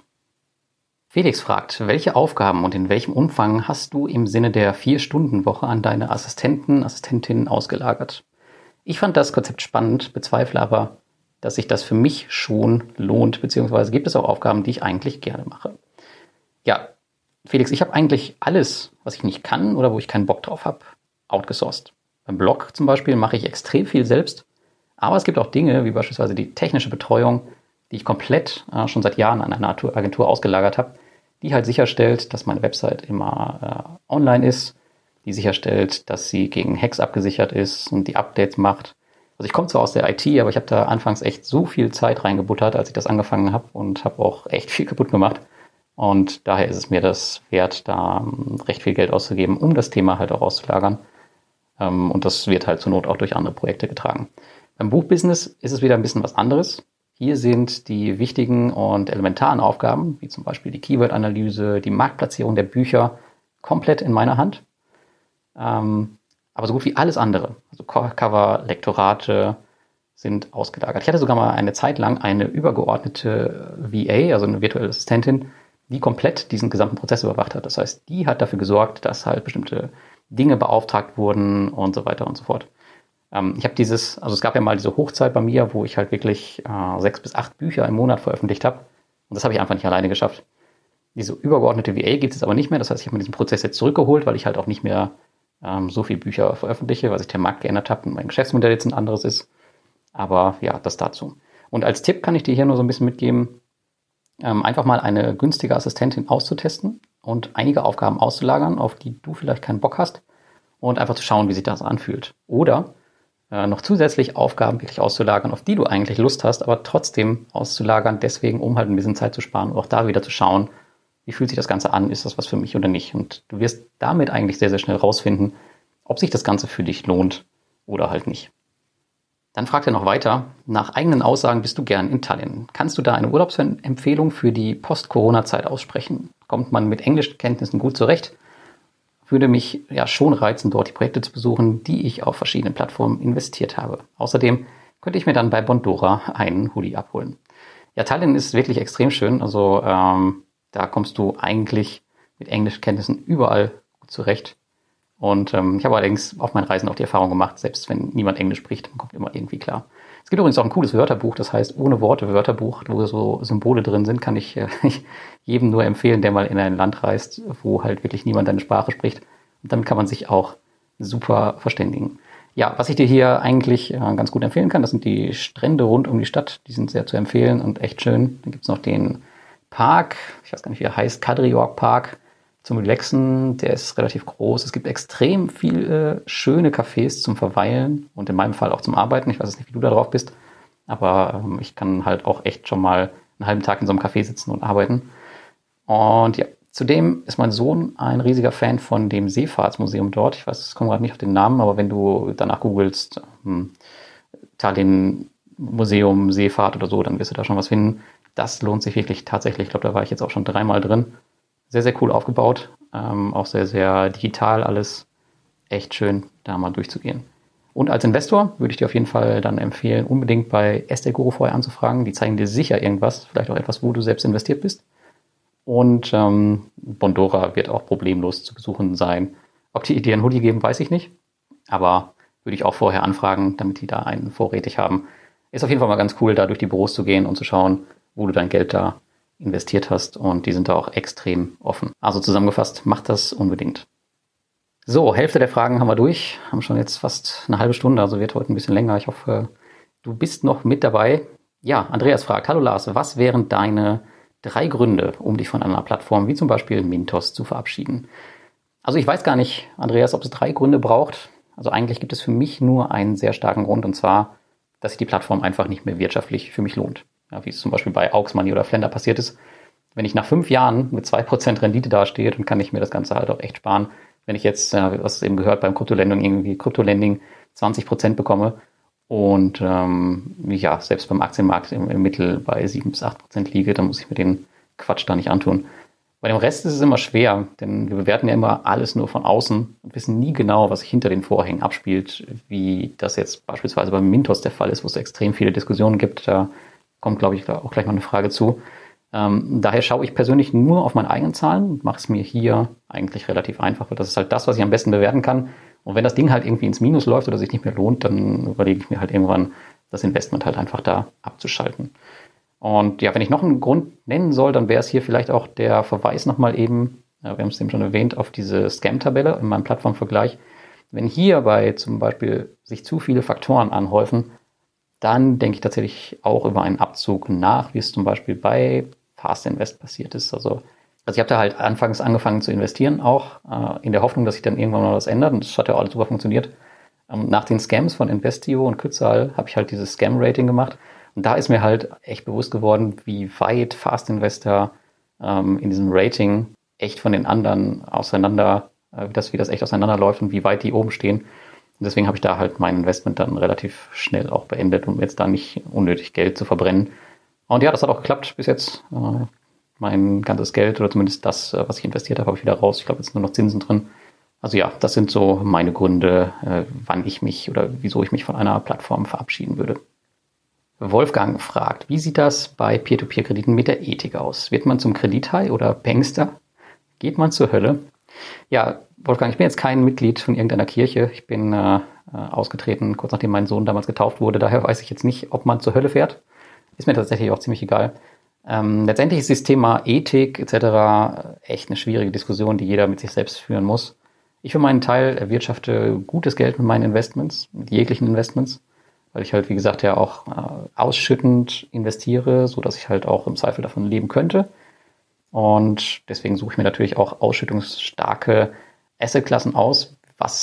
Speaker 1: Felix fragt: Welche Aufgaben und in welchem Umfang hast du im Sinne der 4-Stunden-Woche an deine Assistentinnen ausgelagert? Ich fand das Konzept spannend, bezweifle aber, dass sich das für mich schon lohnt, beziehungsweise gibt es auch Aufgaben, die ich eigentlich gerne mache. Ja, Felix, ich habe eigentlich alles, was ich nicht kann oder wo ich keinen Bock drauf habe, outgesourced. Beim Blog zum Beispiel mache ich extrem viel selbst, aber es gibt auch Dinge, wie beispielsweise die technische Betreuung, die ich komplett schon seit Jahren an eine Agentur ausgelagert habe, die halt sicherstellt, dass meine Website immer online ist, die sicherstellt, dass sie gegen Hacks abgesichert ist und die Updates macht. Also ich komme zwar aus der IT, aber ich habe da anfangs echt so viel Zeit reingebuttert, als ich das angefangen habe und habe auch echt viel kaputt gemacht. Und daher ist es mir das wert, da recht viel Geld auszugeben, um das Thema halt auch auszulagern. Und das wird halt zur Not auch durch andere Projekte getragen. Beim Buchbusiness ist es wieder ein bisschen was anderes. Hier sind die wichtigen und elementaren Aufgaben, wie zum Beispiel die Keyword-Analyse, die Marktplatzierung der Bücher, komplett in meiner Hand. Aber so gut wie alles andere, also Cover, Lektorate, sind ausgelagert. Ich hatte sogar mal eine Zeit lang eine übergeordnete VA, also eine virtuelle Assistentin, die komplett diesen gesamten Prozess überwacht hat. Das heißt, die hat dafür gesorgt, dass halt bestimmte Dinge beauftragt wurden und so weiter und so fort. Ich habe es gab ja mal diese Hochzeit bei mir, wo ich halt wirklich 6 bis 8 Bücher im Monat veröffentlicht habe. Und das habe ich einfach nicht alleine geschafft. Diese übergeordnete VA gibt es aber nicht mehr. Das heißt, ich habe mir diesen Prozess jetzt zurückgeholt, weil ich halt auch nicht mehr so viele Bücher veröffentliche, weil sich der Markt geändert hat und mein Geschäftsmodell jetzt ein anderes ist. Aber ja, das dazu. Und als Tipp kann ich dir hier nur so ein bisschen mitgeben: einfach mal eine günstige Assistentin auszutesten und einige Aufgaben auszulagern, auf die du vielleicht keinen Bock hast und einfach zu schauen, wie sich das anfühlt. Oder noch zusätzlich Aufgaben wirklich auszulagern, auf die du eigentlich Lust hast, aber trotzdem auszulagern, deswegen, um halt ein bisschen Zeit zu sparen und auch da wieder zu schauen, wie fühlt sich das Ganze an, ist das was für mich oder nicht. Und du wirst damit eigentlich sehr, sehr schnell rausfinden, ob sich das Ganze für dich lohnt oder halt nicht. Dann fragt er noch weiter, nach eigenen Aussagen bist du gern in Tallinn. Kannst du da eine Urlaubsempfehlung für die Post-Corona-Zeit aussprechen? Kommt man mit Englischkenntnissen gut zurecht? Würde mich ja schon reizen, dort die Projekte zu besuchen, die ich auf verschiedenen Plattformen investiert habe. Außerdem könnte ich mir dann bei Bondora einen Hoodie abholen. Ja, Tallinn ist wirklich extrem schön. Also da kommst du eigentlich mit Englischkenntnissen überall gut zurecht. Und ich habe allerdings auf meinen Reisen auch die Erfahrung gemacht, selbst wenn niemand Englisch spricht, man kommt immer irgendwie klar. Es gibt übrigens auch ein cooles Wörterbuch, das heißt Ohne Worte Wörterbuch, wo so Symbole drin sind, kann ich jedem nur empfehlen, der mal in ein Land reist, wo halt wirklich niemand deine Sprache spricht. Und damit kann man sich auch super verständigen. Ja, was ich dir hier eigentlich ganz gut empfehlen kann, das sind die Strände rund um die Stadt. Die sind sehr zu empfehlen und echt schön. Dann gibt's noch den Park, ich weiß gar nicht, wie er heißt, Kadriorg Park zum Relaxen. Der ist relativ groß. Es gibt extrem viele schöne Cafés zum Verweilen und in meinem Fall auch zum Arbeiten. Ich weiß jetzt nicht, wie du da drauf bist, aber ich kann halt auch echt schon mal einen halben Tag in so einem Café sitzen und arbeiten. Und ja, zudem ist mein Sohn ein riesiger Fan von dem Seefahrtsmuseum dort. Ich weiß, ich komme gerade nicht auf den Namen, aber wenn du danach googelst, Tallinn Museum Seefahrt oder so, dann wirst du da schon was finden. Das lohnt sich wirklich tatsächlich. Ich glaube, da war ich jetzt auch schon 3-mal drin. Sehr, sehr cool aufgebaut. Auch sehr, sehr digital alles. Echt schön, da mal durchzugehen. Und als Investor würde ich dir auf jeden Fall dann empfehlen, unbedingt bei SDGuru vorher anzufragen. Die zeigen dir sicher irgendwas, vielleicht auch etwas, wo du selbst investiert bist. Und Bondora wird auch problemlos zu besuchen sein. Ob die dir einen Hoodie geben, weiß ich nicht. Aber würde ich auch vorher anfragen, damit die da einen vorrätig haben. Ist auf jeden Fall mal ganz cool, da durch die Büros zu gehen und zu schauen, wo du dein Geld da investiert hast. Und die sind da auch extrem offen. Also zusammengefasst, macht das unbedingt. So, Hälfte der Fragen haben wir durch. Haben schon jetzt fast eine halbe Stunde, also wird heute ein bisschen länger. Ich hoffe, du bist noch mit dabei. Ja, Andreas fragt, hallo Lars, was wären deine 3 Gründe, um dich von einer Plattform wie zum Beispiel Mintos zu verabschieden? Also ich weiß gar nicht, Andreas, ob es 3 Gründe braucht. Also eigentlich gibt es für mich nur einen sehr starken Grund, und zwar, dass sich die Plattform einfach nicht mehr wirtschaftlich für mich lohnt. Ja, wie es zum Beispiel bei Aux Money oder Flender passiert ist. Wenn ich nach 5 Jahren mit 2% Rendite dastehe, dann kann ich mir das Ganze halt auch echt sparen. Wenn ich jetzt, was eben gehört beim Kryptolending 20% bekomme und ja, selbst beim Aktienmarkt im Mittel bei 7-8% liege, dann muss ich mir den Quatsch da nicht antun. Bei dem Rest ist es immer schwer, denn wir bewerten ja immer alles nur von außen und wissen nie genau, was sich hinter den Vorhängen abspielt, wie das jetzt beispielsweise beim Mintos der Fall ist, wo es extrem viele Diskussionen gibt. Da kommt, glaube ich, auch gleich noch eine Frage zu. Daher schaue ich persönlich nur auf meine eigenen Zahlen und mache es mir hier eigentlich relativ einfach, weil das ist halt das, was ich am besten bewerten kann. Und wenn das Ding halt irgendwie ins Minus läuft oder sich nicht mehr lohnt, dann überlege ich mir halt irgendwann, das Investment halt einfach da abzuschalten. Und ja, wenn ich noch einen Grund nennen soll, dann wäre es hier vielleicht auch der Verweis nochmal eben, wir haben es eben schon erwähnt, auf diese Scam-Tabelle in meinem Plattformvergleich. Wenn hierbei zum Beispiel sich zu viele Faktoren anhäufen, dann denke ich tatsächlich auch über einen Abzug nach, wie es zum Beispiel bei Fast Invest passiert ist. Also ich habe da halt anfangs angefangen zu investieren, auch in der Hoffnung, dass sich dann irgendwann mal was ändert. Und das hat ja auch alles super funktioniert. Nach den Scams von Investio und Kützal habe ich halt dieses Scam-Rating gemacht. Und da ist mir halt echt bewusst geworden, wie weit Fast Investor in diesem Rating echt von den anderen auseinander, wie das echt auseinanderläuft und wie weit die oben stehen. Und deswegen habe ich da halt mein Investment dann relativ schnell auch beendet, um jetzt da nicht unnötig Geld zu verbrennen. Und ja, das hat auch geklappt bis jetzt. Mein ganzes Geld oder zumindest das, was ich investiert habe, habe ich wieder raus. Ich glaube, jetzt nur noch Zinsen drin. Also ja, das sind so meine Gründe, wann ich mich oder wieso ich mich von einer Plattform verabschieden würde. Wolfgang fragt, wie sieht das bei Peer-to-Peer-Krediten mit der Ethik aus? Wird man zum Kredithai oder Bankster? Geht man zur Hölle? Ja, Wolfgang, ich bin jetzt kein Mitglied von irgendeiner Kirche. Ich bin ausgetreten, kurz nachdem mein Sohn damals getauft wurde. Daher weiß ich jetzt nicht, ob man zur Hölle fährt. Ist mir tatsächlich auch ziemlich egal. Letztendlich ist das Thema Ethik etc. echt eine schwierige Diskussion, die jeder mit sich selbst führen muss. Ich für meinen Teil erwirtschafte gutes Geld mit meinen Investments, mit jeglichen Investments. weil ich halt, wie gesagt, ja auch ausschüttend investiere, so dass ich halt auch im Zweifel davon leben könnte. Und deswegen suche ich mir natürlich auch ausschüttungsstarke Assetklassen aus,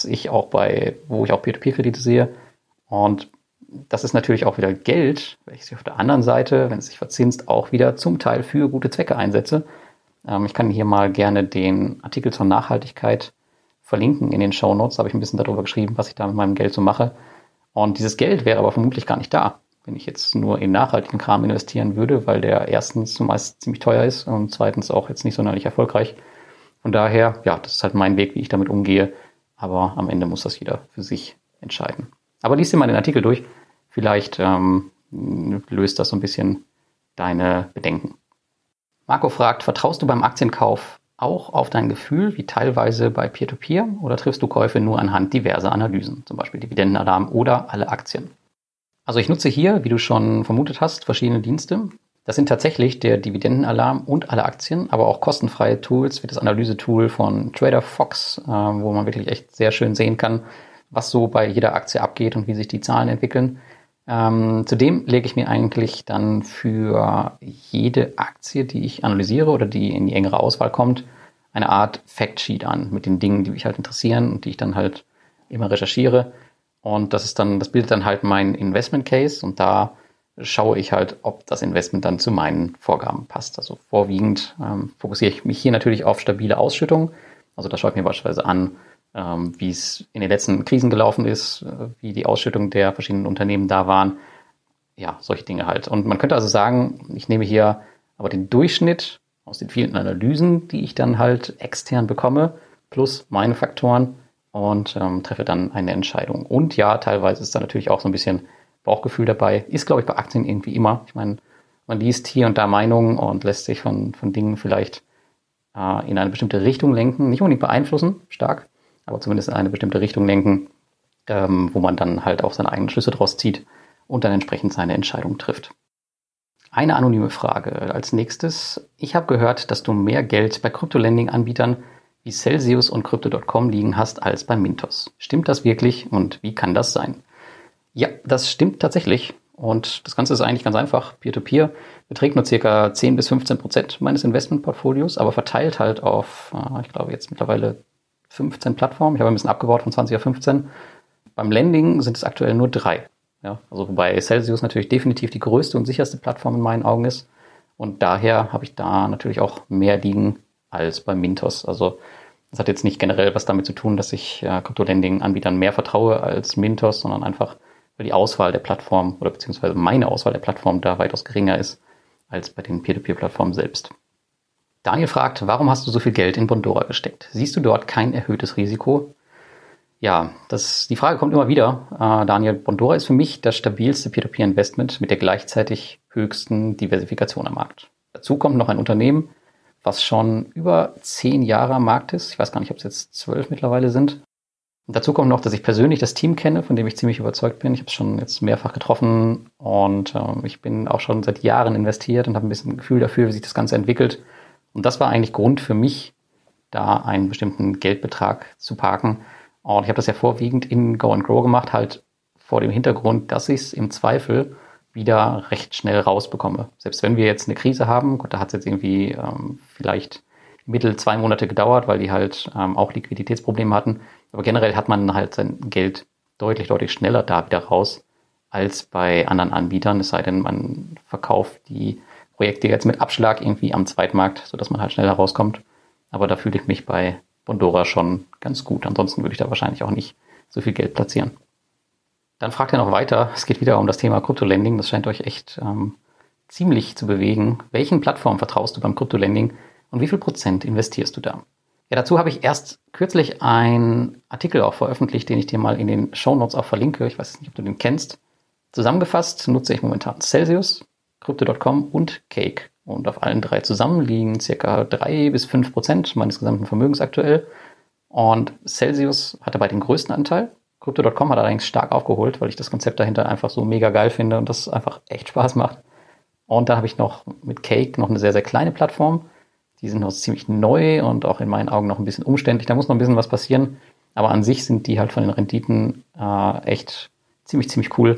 Speaker 1: wo ich auch Peer-to-Peer-Kredite sehe. Und das ist natürlich auch wieder Geld, welches ich auf der anderen Seite, wenn es sich verzinst, auch wieder zum Teil für gute Zwecke einsetze. Ich kann hier mal gerne den Artikel zur Nachhaltigkeit verlinken in den Shownotes. Da habe ich ein bisschen darüber geschrieben, was ich da mit meinem Geld so mache. Und dieses Geld wäre aber vermutlich gar nicht da, wenn ich jetzt nur in nachhaltigen Kram investieren würde, weil der erstens zumeist ziemlich teuer ist und zweitens auch jetzt nicht sonderlich erfolgreich. Von daher, ja, das ist halt mein Weg, wie ich damit umgehe. Aber am Ende muss das jeder für sich entscheiden. Aber lies dir mal den Artikel durch. Vielleicht löst das so ein bisschen deine Bedenken. Marco fragt, vertraust du beim Aktienkauf auch auf dein Gefühl, wie teilweise bei Peer-to-Peer, oder triffst du Käufe nur anhand diverser Analysen, zum Beispiel Dividendenalarm oder alle Aktien? Also ich nutze hier, wie du schon vermutet hast, verschiedene Dienste. Das sind tatsächlich der Dividendenalarm und alle Aktien, aber auch kostenfreie Tools wie das Analysetool von Trader Fox, wo man wirklich echt sehr schön sehen kann, was so bei jeder Aktie abgeht und wie sich die Zahlen entwickeln. Zudem lege ich mir eigentlich dann für jede Aktie, die ich analysiere oder die in die engere Auswahl kommt, eine Art Factsheet an mit den Dingen, die mich halt interessieren und die ich dann halt immer recherchiere. Und das bildet dann halt mein Investment Case, und da schaue ich halt, ob das Investment dann zu meinen Vorgaben passt. Also vorwiegend fokussiere ich mich hier natürlich auf stabile Ausschüttung. Also da schaue ich mir beispielsweise an, wie es in den letzten Krisen gelaufen ist, wie die Ausschüttung der verschiedenen Unternehmen da waren. Ja, solche Dinge halt. Und man könnte also sagen, ich nehme hier aber den Durchschnitt aus den vielen Analysen, die ich dann halt extern bekomme, plus meine Faktoren und treffe dann eine Entscheidung. Und ja, teilweise ist da natürlich auch so ein bisschen Bauchgefühl dabei. Ist, glaube ich, bei Aktien irgendwie immer. Ich meine, man liest hier und da Meinungen und lässt sich von Dingen vielleicht in eine bestimmte Richtung lenken. Nicht unbedingt beeinflussen, stark, aber zumindest in eine bestimmte Richtung lenken, wo man dann halt auch seine eigenen Schlüsse draus zieht und dann entsprechend seine Entscheidung trifft. Eine anonyme Frage als nächstes. Ich habe gehört, dass du mehr Geld bei Krypto-Lending-Anbietern wie Celsius und Crypto.com liegen hast als bei Mintos. Stimmt das wirklich und wie kann das sein? Ja, das stimmt tatsächlich. Und das Ganze ist eigentlich ganz einfach. Peer-to-Peer beträgt nur ca. 10-15% meines Investmentportfolios, aber verteilt halt auf, ich glaube jetzt mittlerweile 15 Plattformen. Ich habe ein bisschen abgebaut von 20 auf 15. Beim Lending sind es aktuell nur 3. Ja, also wobei Celsius natürlich definitiv die größte und sicherste Plattform in meinen Augen ist. Und daher habe ich da natürlich auch mehr liegen als bei Mintos. Also das hat jetzt nicht generell was damit zu tun, dass ich Krypto-Lending-Anbietern mehr vertraue als Mintos, sondern einfach, weil die Auswahl der Plattform oder beziehungsweise meine Auswahl der Plattform da weitaus geringer ist als bei den Peer-to-Peer-Plattformen selbst. Daniel fragt, warum hast du so viel Geld in Bondora gesteckt? Siehst du dort kein erhöhtes Risiko? Ja, die Frage kommt immer wieder. Daniel, Bondora ist für mich das stabilste Peer-to-Peer-Investment mit der gleichzeitig höchsten Diversifikation am Markt. Dazu kommt noch ein Unternehmen, was schon über 10 Jahre am Markt ist. Ich weiß gar nicht, ob es jetzt 12 mittlerweile sind. Und dazu kommt noch, dass ich persönlich das Team kenne, von dem ich ziemlich überzeugt bin. Ich habe es schon jetzt mehrfach getroffen und ich bin auch schon seit Jahren investiert und habe ein bisschen ein Gefühl dafür, wie sich das Ganze entwickelt. Und das war eigentlich Grund für mich, da einen bestimmten Geldbetrag zu parken. Und ich habe das ja vorwiegend in Go and Grow gemacht, halt vor dem Hintergrund, dass ich es im Zweifel wieder recht schnell rausbekomme. Selbst wenn wir jetzt eine Krise haben, gut, da hat es jetzt irgendwie vielleicht mittel 2 Monate gedauert, weil die halt auch Liquiditätsprobleme hatten. Aber generell hat man halt sein Geld deutlich, deutlich schneller da wieder raus als bei anderen Anbietern. Es sei denn, man verkauft die Projekte jetzt mit Abschlag irgendwie am Zweitmarkt, sodass man halt schneller rauskommt. Aber da fühle ich mich bei Bondora schon ganz gut. Ansonsten würde ich da wahrscheinlich auch nicht so viel Geld platzieren. Dann fragt er noch weiter, es geht wieder um das Thema Krypto-Lending. Das scheint euch echt ziemlich zu bewegen. Welchen Plattformen vertraust du beim Krypto-Lending und wie viel Prozent investierst du da? Ja, dazu habe ich erst kürzlich einen Artikel auch veröffentlicht, den ich dir mal in den Shownotes auch verlinke. Ich weiß nicht, ob du den kennst. Zusammengefasst nutze ich momentan Celsius, Crypto.com und Cake. Und auf allen 3 zusammen liegen ca. 3-5% meines gesamten Vermögens aktuell. Und Celsius hat dabei den größten Anteil. Crypto.com hat allerdings stark aufgeholt, weil ich das Konzept dahinter einfach so mega geil finde und das einfach echt Spaß macht. Und dann habe ich noch mit Cake noch eine sehr, sehr kleine Plattform. Die sind noch ziemlich neu und auch in meinen Augen noch ein bisschen umständlich. Da muss noch ein bisschen was passieren. Aber an sich sind die halt von den Renditen echt ziemlich, ziemlich cool.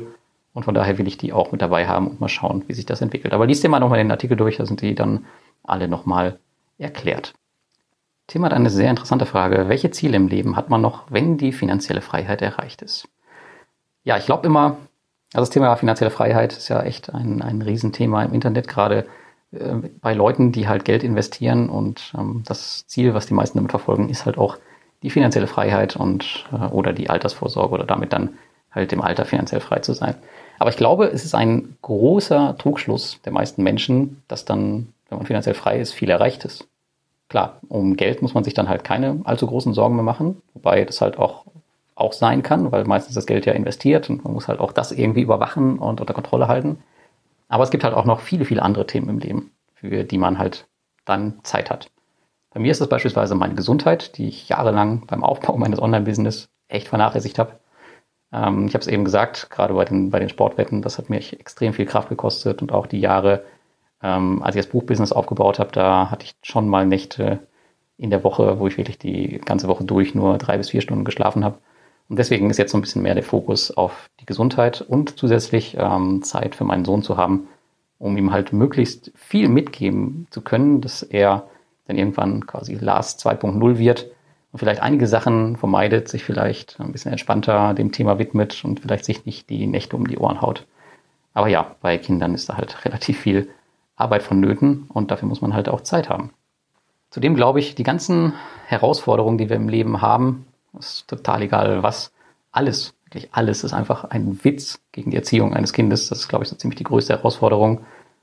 Speaker 1: Und von daher will ich die auch mit dabei haben und mal schauen, wie sich das entwickelt. Aber liest dir mal nochmal den Artikel durch, da sind die dann alle nochmal erklärt. Tim hat eine sehr interessante Frage. Welche Ziele im Leben hat man noch, wenn die finanzielle Freiheit erreicht ist? Ja, ich glaube immer, also das Thema finanzielle Freiheit ist ja echt ein Riesenthema im Internet, gerade bei Leuten, die halt Geld investieren. Und das Ziel, was die meisten damit verfolgen, ist halt auch die finanzielle Freiheit und oder die Altersvorsorge oder damit dann halt im Alter finanziell frei zu sein. Aber ich glaube, es ist ein großer Trugschluss der meisten Menschen, dass dann, wenn man finanziell frei ist, viel erreicht ist. Klar, um Geld muss man sich dann halt keine allzu großen Sorgen mehr machen, wobei das halt auch sein kann, weil meistens das Geld ja investiert und man muss halt auch das irgendwie überwachen und unter Kontrolle halten. Aber es gibt halt auch noch viele, viele andere Themen im Leben, für die man halt dann Zeit hat. Bei mir ist es beispielsweise meine Gesundheit, die ich jahrelang beim Aufbau meines Online-Business echt vernachlässigt habe. Ich habe es eben gesagt, gerade bei den Sportwetten, das hat mich extrem viel Kraft gekostet und auch die Jahre, als ich das Buchbusiness aufgebaut habe, da hatte ich schon mal Nächte in der Woche, wo ich wirklich die ganze Woche durch nur 3 bis 4 Stunden geschlafen habe. Und deswegen ist jetzt so ein bisschen mehr der Fokus auf die Gesundheit und zusätzlich Zeit für meinen Sohn zu haben, um ihm halt möglichst viel mitgeben zu können, dass er dann irgendwann quasi Lars 2.0 wird und vielleicht einige Sachen vermeidet, sich vielleicht ein bisschen entspannter dem Thema widmet und vielleicht sich nicht die Nächte um die Ohren haut. Aber ja, bei Kindern ist da halt relativ viel Arbeit vonnöten und dafür muss man halt auch Zeit haben. Zudem glaube ich, die ganzen Herausforderungen, die wir im Leben haben, ist total egal was, alles, wirklich alles ist einfach ein Witz gegen die Erziehung eines Kindes. Das ist, glaube ich, so ziemlich die größte Herausforderung.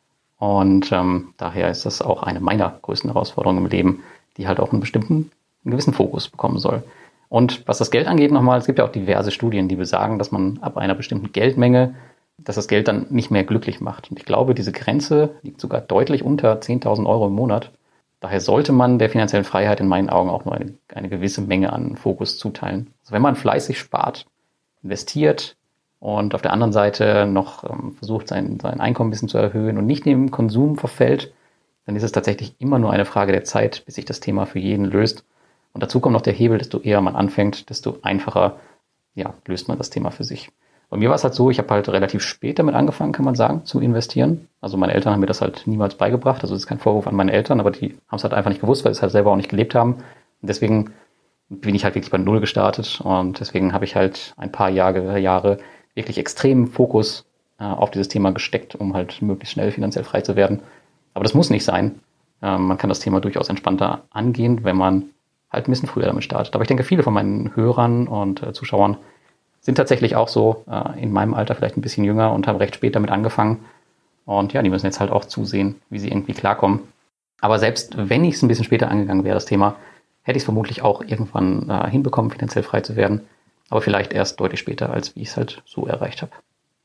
Speaker 1: Und daher ist das auch eine meiner größten Herausforderungen im Leben, die halt auch einen gewissen Fokus bekommen soll. Und was das Geld angeht nochmal, es gibt ja auch diverse Studien, die besagen, dass man ab einer bestimmten Geldmenge, dass das Geld dann nicht mehr glücklich macht. Und ich glaube, diese Grenze liegt sogar deutlich unter 10.000 Euro im Monat. Daher sollte man der finanziellen Freiheit in meinen Augen auch nur eine gewisse Menge an Fokus zuteilen. Also wenn man fleißig spart, investiert und auf der anderen Seite noch versucht, sein Einkommen ein bisschen zu erhöhen und nicht dem Konsum verfällt, dann ist es tatsächlich immer nur eine Frage der Zeit, bis sich das Thema für jeden löst. Und dazu kommt noch der Hebel, desto eher man anfängt, desto einfacher löst man das Thema für sich. Bei mir war es halt so, ich habe halt relativ spät damit angefangen, kann man sagen, zu investieren. Also meine Eltern haben mir das halt niemals beigebracht. Also das ist kein Vorwurf an meine Eltern, aber die haben es halt einfach nicht gewusst, weil sie es halt selber auch nicht gelebt haben. Und deswegen bin ich halt wirklich bei Null gestartet. Und deswegen habe ich halt ein paar Jahre wirklich extremen Fokus auf dieses Thema gesteckt, um halt möglichst schnell finanziell frei zu werden. Aber das muss nicht sein. Man kann das Thema durchaus entspannter angehen, wenn man halt ein bisschen früher damit startet. Aber ich denke, viele von meinen Hörern und Zuschauern sind tatsächlich auch so in meinem Alter vielleicht ein bisschen jünger und haben recht spät damit angefangen. Und ja, die müssen jetzt halt auch zusehen, wie sie irgendwie klarkommen. Aber selbst wenn ich es ein bisschen später angegangen wäre, das Thema, hätte ich es vermutlich auch irgendwann hinbekommen, finanziell frei zu werden. Aber vielleicht erst deutlich später, als wie ich es halt so erreicht habe.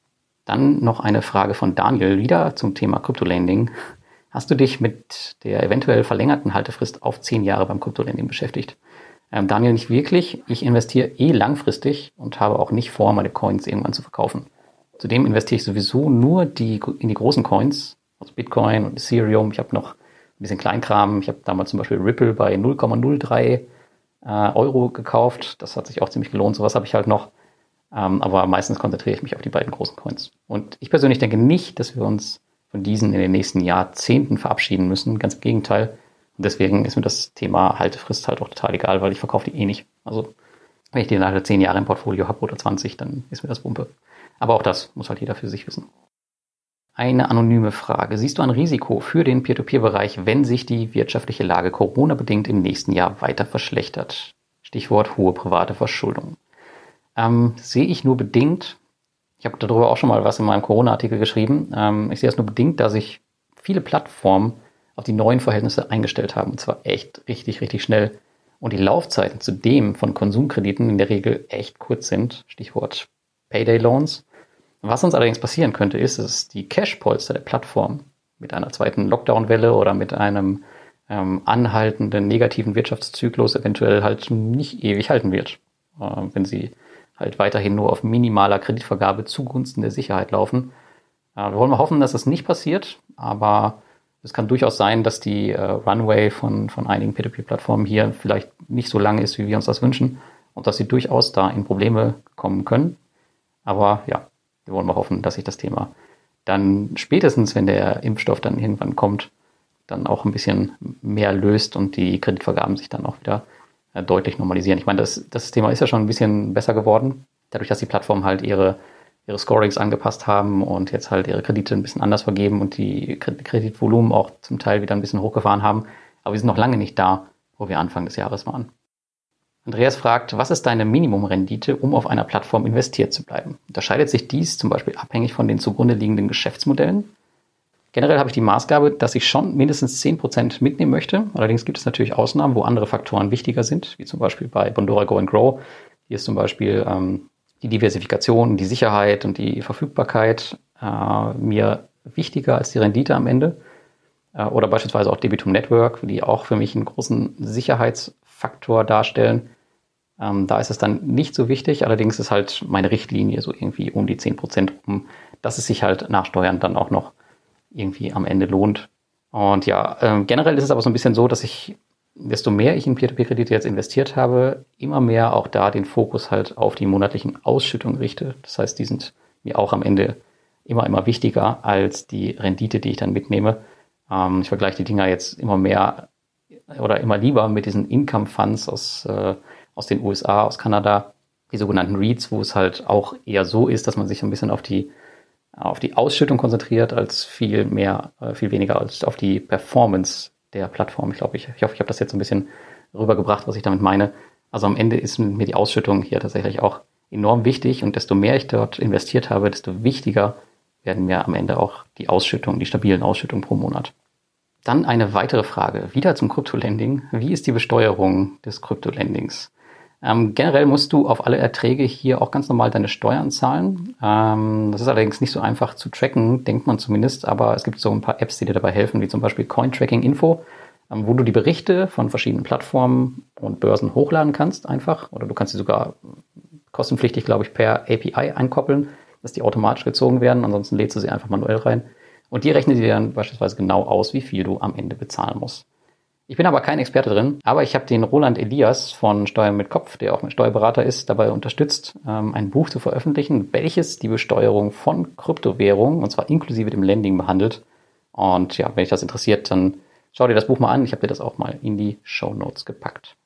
Speaker 1: Dann noch eine Frage von Daniel, wieder zum Thema Crypto-Lending. Hast du dich mit der eventuell verlängerten Haltefrist auf 10 Jahre beim Crypto-Lending beschäftigt? Daniel, nicht wirklich. Ich investiere langfristig und habe auch nicht vor, meine Coins irgendwann zu verkaufen. Zudem investiere ich sowieso nur in die großen Coins, also Bitcoin und Ethereum. Ich habe noch ein bisschen Kleinkram. Ich habe damals zum Beispiel Ripple bei 0,03 Euro gekauft. Das hat sich auch ziemlich gelohnt. Sowas habe ich halt noch. Aber meistens konzentriere ich mich auf die beiden großen Coins. Und ich persönlich denke nicht, dass wir uns von diesen in den nächsten Jahrzehnten verabschieden müssen. Ganz im Gegenteil. Und deswegen ist mir das Thema Haltefrist halt auch total egal, weil ich verkaufe die eh nicht. Also wenn ich die dann halt 10 Jahre im Portfolio habe oder 20, dann ist mir das Wumpe. Aber auch das muss halt jeder für sich wissen. Eine anonyme Frage. Siehst du ein Risiko für den Peer-to-Peer-Bereich, wenn sich die wirtschaftliche Lage Corona-bedingt im nächsten Jahr weiter verschlechtert? Stichwort hohe private Verschuldung. Sehe ich nur bedingt. Ich habe darüber auch schon mal was in meinem Corona-Artikel geschrieben. Ich sehe das nur bedingt, da sich viele Plattformen auf die neuen Verhältnisse eingestellt haben. Und zwar echt richtig, richtig schnell. Und die Laufzeiten zudem von Konsumkrediten in der Regel echt kurz sind. Stichwort Payday Loans. Was uns allerdings passieren könnte, ist, dass die Cash-Polster der Plattform mit einer zweiten Lockdown-Welle oder mit einem anhaltenden negativen Wirtschaftszyklus eventuell halt nicht ewig halten wird. Wenn sie halt weiterhin nur auf minimaler Kreditvergabe zugunsten der Sicherheit laufen. Wir wollen mal hoffen, dass das nicht passiert, aber es kann durchaus sein, dass die Runway von einigen Peer-to-Peer-Plattformen hier vielleicht nicht so lang ist, wie wir uns das wünschen und dass sie durchaus da in Probleme kommen können. Aber ja, Wir wollen mal hoffen, dass sich das Thema dann spätestens, wenn der Impfstoff dann irgendwann kommt, dann auch ein bisschen mehr löst und die Kreditvergaben sich dann auch wieder deutlich normalisieren. Ich meine, das Thema ist ja schon ein bisschen besser geworden, dadurch, dass die Plattformen halt ihre Scorings angepasst haben und jetzt halt ihre Kredite ein bisschen anders vergeben und die Kreditvolumen auch zum Teil wieder ein bisschen hochgefahren haben. Aber wir sind noch lange nicht da, wo wir Anfang des Jahres waren. Andreas fragt, was ist deine Minimumrendite, um auf einer Plattform investiert zu bleiben? Unterscheidet sich dies zum Beispiel abhängig von den zugrunde liegenden Geschäftsmodellen? Generell habe ich die Maßgabe, dass ich schon mindestens 10% mitnehmen möchte. Allerdings gibt es natürlich Ausnahmen, wo andere Faktoren wichtiger sind, wie zum Beispiel bei Bondora Go and Grow. Hier ist zum Beispiel die Diversifikation, die Sicherheit und die Verfügbarkeit mir wichtiger als die Rendite am Ende. Oder beispielsweise auch Debitum Network, die auch für mich einen großen Sicherheitsfaktor darstellen. Da ist es dann nicht so wichtig. Allerdings ist halt meine Richtlinie so irgendwie um die 10% rum, dass es sich halt nach Steuern dann auch noch irgendwie am Ende lohnt. Und ja, generell ist es aber so ein bisschen so, dass ich, desto mehr ich in Peer-to-Peer-Kredite jetzt investiert habe, immer mehr auch da den Fokus halt auf die monatlichen Ausschüttungen richte. Das heißt, die sind mir auch am Ende immer wichtiger als die Rendite, die ich dann mitnehme. Ich vergleiche die Dinger jetzt immer mehr oder immer lieber mit diesen Income Funds aus den USA, aus Kanada, die sogenannten REITs, wo es halt auch eher so ist, dass man sich ein bisschen auf die Ausschüttung konzentriert, als viel weniger als auf die Performance der Plattform. Ich hoffe, ich habe das jetzt ein bisschen rübergebracht, was ich damit meine. Also am Ende ist mir die Ausschüttung hier tatsächlich auch enorm wichtig und desto mehr ich dort investiert habe, desto wichtiger werden mir am Ende auch die stabilen Ausschüttungen pro Monat. Dann eine weitere Frage, wieder zum Kryptolending. Wie ist die Besteuerung des Kryptolendings? Generell musst du auf alle Erträge hier auch ganz normal deine Steuern zahlen. Das ist allerdings nicht so einfach zu tracken, denkt man zumindest, aber es gibt so ein paar Apps, die dir dabei helfen, wie zum Beispiel Cointracking Info, wo du die Berichte von verschiedenen Plattformen und Börsen hochladen kannst einfach. Oder du kannst sie sogar kostenpflichtig, glaube ich, per API einkoppeln, dass die automatisch gezogen werden. Ansonsten lädst du sie einfach manuell rein. Und die rechnet dir dann beispielsweise genau aus, wie viel du am Ende bezahlen musst. Ich bin aber kein Experte drin, aber ich habe den Roland Elias von Steuern mit Kopf, der auch mein Steuerberater ist, dabei unterstützt, ein Buch zu veröffentlichen, welches die Besteuerung von Kryptowährungen, und zwar inklusive dem Lending, behandelt. Und ja, wenn dich das interessiert, dann schau dir das Buch mal an. Ich habe dir das auch mal in die Shownotes gepackt.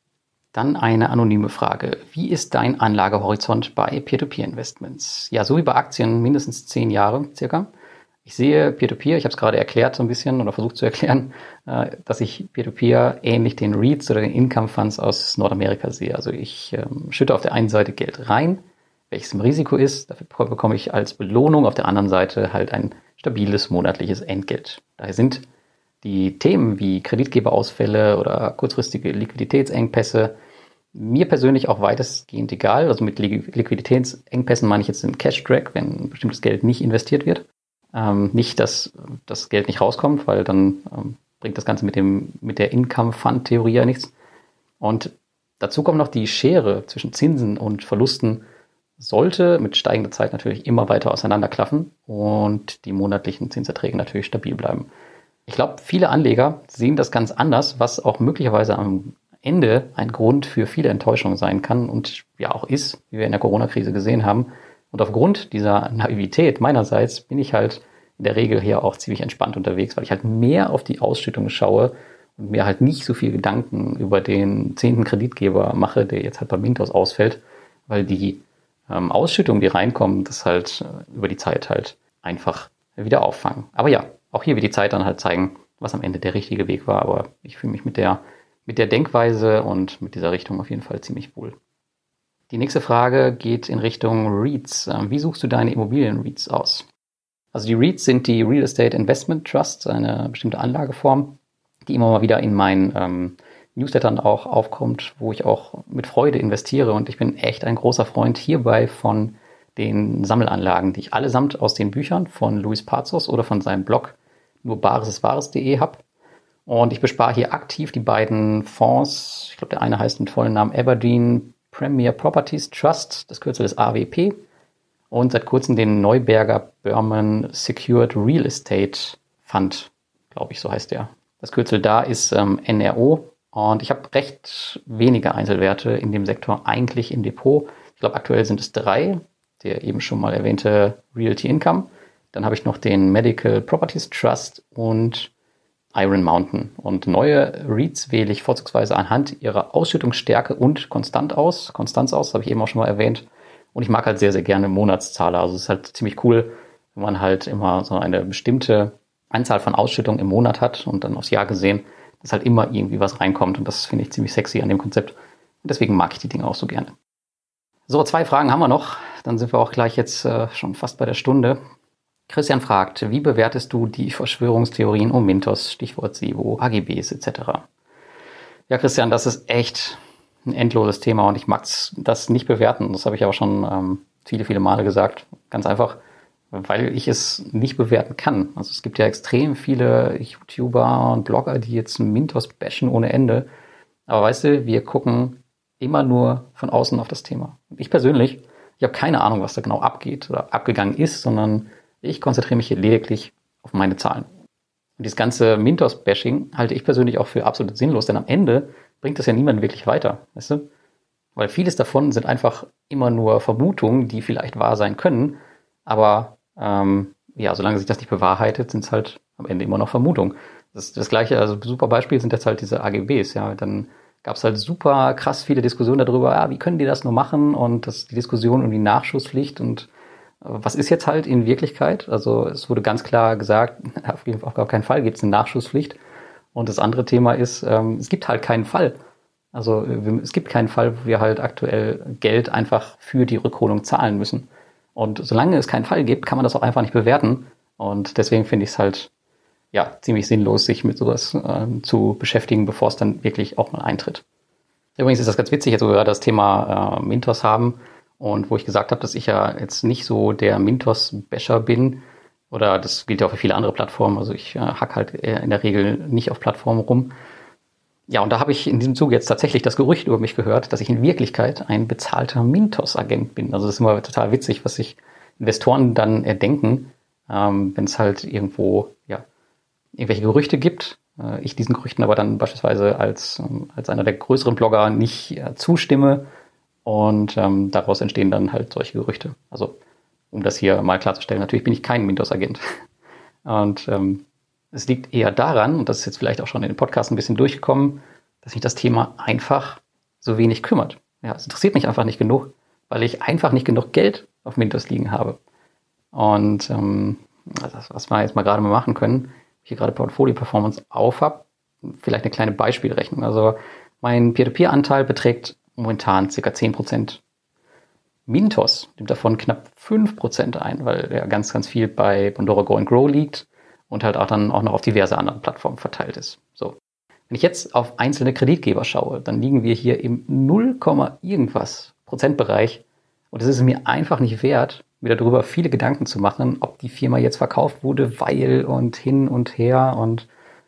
Speaker 1: Dann eine anonyme Frage. Wie ist dein Anlagehorizont bei Peer-to-Peer-Investments? Ja, so wie bei Aktien mindestens 10 Jahre circa. Ich sehe Peer-to-Peer, ich habe es gerade erklärt so ein bisschen oder versucht zu erklären, dass ich Peer-to-Peer ähnlich den REITs oder den Income Funds aus Nordamerika sehe. Also ich schütte auf der einen Seite Geld rein, welches im Risiko ist. Dafür bekomme ich als Belohnung auf der anderen Seite halt ein stabiles monatliches Entgelt. Daher sind die Themen wie Kreditgeberausfälle oder kurzfristige Liquiditätsengpässe mir persönlich auch weitestgehend egal. Also mit Liquiditätsengpässen meine ich jetzt den Cash-Drag, wenn bestimmtes Geld nicht investiert wird. Nicht, dass das Geld nicht rauskommt, weil dann bringt das Ganze mit der Income-Fund-Theorie ja nichts. Und dazu kommt noch die Schere zwischen Zinsen und Verlusten, sollte mit steigender Zeit natürlich immer weiter auseinanderklaffen und die monatlichen Zinserträge natürlich stabil bleiben. Ich glaube, viele Anleger sehen das ganz anders, was auch möglicherweise am Ende ein Grund für viele Enttäuschungen sein kann und ja auch ist, wie wir in der Corona-Krise gesehen haben. Und aufgrund dieser Naivität meinerseits bin ich halt in der Regel hier auch ziemlich entspannt unterwegs, weil ich halt mehr auf die Ausschüttung schaue und mir halt nicht so viel Gedanken über den 10. Kreditgeber mache, der jetzt halt bei Mintos ausfällt, weil die Ausschüttungen, die reinkommen, das halt über die Zeit halt einfach wieder auffangen. Aber ja, auch hier wird die Zeit dann halt zeigen, was am Ende der richtige Weg war. Aber ich fühle mich mit der Denkweise und mit dieser Richtung auf jeden Fall ziemlich wohl. Die nächste Frage geht in Richtung REITs. Wie suchst du deine Immobilien-REITs aus? Also die REITs sind die Real Estate Investment Trusts, eine bestimmte Anlageform, die immer mal wieder in meinen Newslettern auch aufkommt, wo ich auch mit Freude investiere. Und ich bin echt ein großer Freund hierbei von den Sammelanlagen, die ich allesamt aus den Büchern von Luis Pazos oder von seinem Blog nurbaresiswahres.de habe. Und ich bespare hier aktiv die beiden Fonds. Ich glaube, der eine heißt mit vollen Namen Aberdeen Premier Properties Trust, das Kürzel ist AWP. Und seit kurzem den Neuberger Berman Secured Real Estate Fund, glaube ich, so heißt der. Das Kürzel da ist NRO. Und ich habe recht wenige Einzelwerte in dem Sektor eigentlich im Depot. Ich glaube, aktuell sind es 3. der eben schon mal erwähnte Realty Income. Dann habe ich noch den Medical Properties Trust und Iron Mountain. Und neue REITs wähle ich vorzugsweise anhand ihrer Ausschüttungsstärke und Konstanz aus. Das habe ich eben auch schon mal erwähnt. Und ich mag halt sehr, sehr gerne Monatszahler. Also es ist halt ziemlich cool, wenn man halt immer so eine bestimmte Anzahl von Ausschüttungen im Monat hat und dann aufs Jahr gesehen, dass halt immer irgendwie was reinkommt. Und das finde ich ziemlich sexy an dem Konzept. Und deswegen mag ich die Dinge auch so gerne. So, 2 Fragen haben wir noch. Dann sind wir auch gleich jetzt schon fast bei der Stunde. Christian fragt, wie bewertest du die Verschwörungstheorien um Mintos, Stichwort SEVO, AGBs etc.? Ja, Christian, das ist echt ein endloses Thema und ich mag das nicht bewerten. Das habe ich aber schon viele, viele Male gesagt. Ganz einfach, weil ich es nicht bewerten kann. Also es gibt ja extrem viele YouTuber und Blogger, die jetzt Mintos bashen ohne Ende. Aber weißt du, wir gucken immer nur von außen auf das Thema. Ich persönlich, ich habe keine Ahnung, was da genau abgeht oder abgegangen ist, sondern ich konzentriere mich hier lediglich auf meine Zahlen. Und dieses ganze Mintos-Bashing halte ich persönlich auch für absolut sinnlos, denn am Ende bringt das ja niemanden wirklich weiter, weißt du? Weil vieles davon sind einfach immer nur Vermutungen, die vielleicht wahr sein können, aber ja, solange sich das nicht bewahrheitet, sind es halt am Ende immer noch Vermutungen. Das gleiche, also super Beispiel sind jetzt halt diese AGBs, ja, dann gab es halt super krass viele Diskussionen darüber, ja, wie können die das nur machen und die Diskussion um die Nachschusspflicht und was ist jetzt halt in Wirklichkeit? Also es wurde ganz klar gesagt, auf gar keinen Fall gibt es eine Nachschusspflicht. Und das andere Thema ist, es gibt halt keinen Fall. Also es gibt keinen Fall, wo wir halt aktuell Geld einfach für die Rückholung zahlen müssen. Und solange es keinen Fall gibt, kann man das auch einfach nicht bewerten. Und deswegen finde ich es halt ja ziemlich sinnlos, sich mit sowas zu beschäftigen, bevor es dann wirklich auch mal eintritt. Übrigens ist das ganz witzig, jetzt wo wir das Thema Mintos haben, und wo ich gesagt habe, dass ich ja jetzt nicht so der Mintos-Basher bin, oder das gilt ja auch für viele andere Plattformen, also ich hack halt in der Regel nicht auf Plattformen rum. Ja, und da habe ich in diesem Zuge jetzt tatsächlich das Gerücht über mich gehört, dass ich in Wirklichkeit ein bezahlter Mintos-Agent bin. Also das ist immer total witzig, was sich Investoren dann erdenken, wenn es halt irgendwo ja irgendwelche Gerüchte gibt. Ich diesen Gerüchten aber dann beispielsweise als einer der größeren Blogger nicht zustimme. Und daraus entstehen dann halt solche Gerüchte. Also um das hier mal klarzustellen, natürlich bin ich kein Mintos-Agent. Und es liegt eher daran, und das ist jetzt vielleicht auch schon in dem Podcast ein bisschen durchgekommen, dass mich das Thema einfach so wenig kümmert. Ja, es interessiert mich einfach nicht genug, weil ich einfach nicht genug Geld auf Mintos liegen habe. Und was wir jetzt mal gerade mal machen können, ich hier gerade Portfolio-Performance auf habe, vielleicht eine kleine Beispielrechnung. Also mein Peer-to-Peer-Anteil beträgt momentan ca. 10%. Mintos nimmt davon knapp 5% ein, weil er ganz, ganz viel bei Bondora Go and Grow liegt und halt auch dann auch noch auf diverse andere Plattformen verteilt ist. So. Wenn ich jetzt auf einzelne Kreditgeber schaue, dann liegen wir hier im 0, irgendwas Prozentbereich und es ist mir einfach nicht wert, mir darüber viele Gedanken zu machen, ob die Firma jetzt verkauft wurde, weil und hin und her und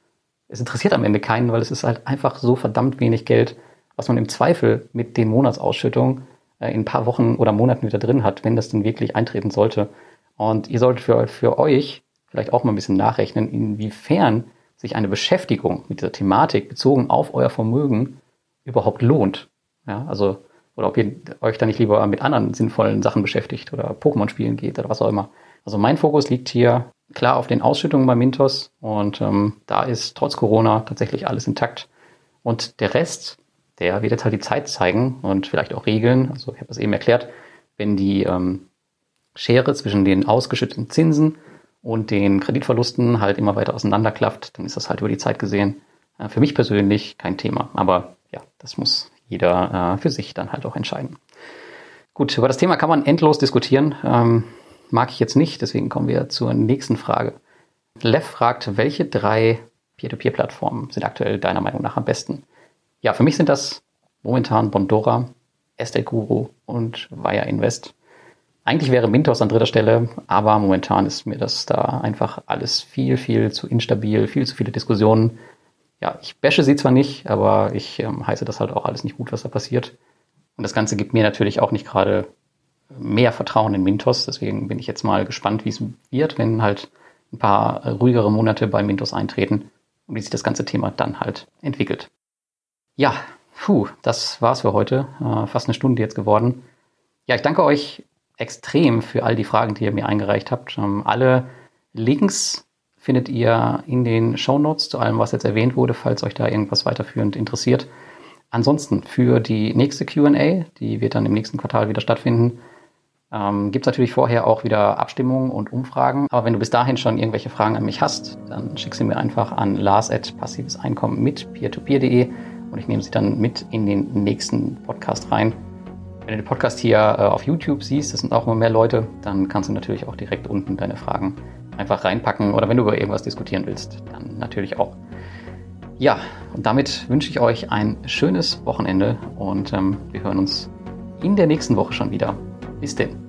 Speaker 1: es interessiert am Ende keinen, weil es ist halt einfach so verdammt wenig Geld, was man im Zweifel mit den Monatsausschüttungen in ein paar Wochen oder Monaten wieder drin hat, wenn das denn wirklich eintreten sollte. Und ihr solltet für euch vielleicht auch mal ein bisschen nachrechnen, inwiefern sich eine Beschäftigung mit dieser Thematik bezogen auf euer Vermögen überhaupt lohnt. Ja, also, oder ob ihr euch da nicht lieber mit anderen sinnvollen Sachen beschäftigt oder Pokémon spielen geht oder was auch immer. Also mein Fokus liegt hier klar auf den Ausschüttungen bei Mintos und da ist trotz Corona tatsächlich alles intakt. Und der Rest, der wird jetzt halt die Zeit zeigen und vielleicht auch regeln. Also ich habe das eben erklärt, wenn die Schere zwischen den ausgeschütteten Zinsen und den Kreditverlusten halt immer weiter auseinanderklafft, dann ist das halt über die Zeit gesehen für mich persönlich kein Thema. Aber ja, das muss jeder für sich dann halt auch entscheiden. Gut, über das Thema kann man endlos diskutieren. Mag ich jetzt nicht, deswegen kommen wir zur nächsten Frage. Lev fragt, welche 3 Peer-to-Peer-Plattformen sind aktuell deiner Meinung nach am besten? Ja, für mich sind das momentan Bondora, Estate Guru und Via Invest. Eigentlich wäre Mintos an 3. Stelle, aber momentan ist mir das da einfach alles viel, viel zu instabil, viel zu viele Diskussionen. Ja, ich bashe sie zwar nicht, aber ich heiße das halt auch alles nicht gut, was da passiert. Und das Ganze gibt mir natürlich auch nicht gerade mehr Vertrauen in Mintos. Deswegen bin ich jetzt mal gespannt, wie es wird, wenn halt ein paar ruhigere Monate bei Mintos eintreten und wie sich das ganze Thema dann halt entwickelt. Ja, das war's für heute. Fast eine Stunde jetzt geworden. Ja, ich danke euch extrem für all die Fragen, die ihr mir eingereicht habt. Alle Links findet ihr in den Shownotes zu allem, was jetzt erwähnt wurde, falls euch da irgendwas weiterführend interessiert. Ansonsten für die nächste Q&A, die wird dann im nächsten Quartal wieder stattfinden, gibt es natürlich vorher auch wieder Abstimmungen und Umfragen. Aber wenn du bis dahin schon irgendwelche Fragen an mich hast, dann schick sie mir einfach an lars@passives-einkommen mit peertopeer.de und ich nehme sie dann mit in den nächsten Podcast rein. Wenn du den Podcast hier auf YouTube siehst, das sind auch immer mehr Leute, dann kannst du natürlich auch direkt unten deine Fragen einfach reinpacken. Oder wenn du über irgendwas diskutieren willst, dann natürlich auch. Ja, und damit wünsche ich euch ein schönes Wochenende und wir hören uns in der nächsten Woche schon wieder. Bis denn.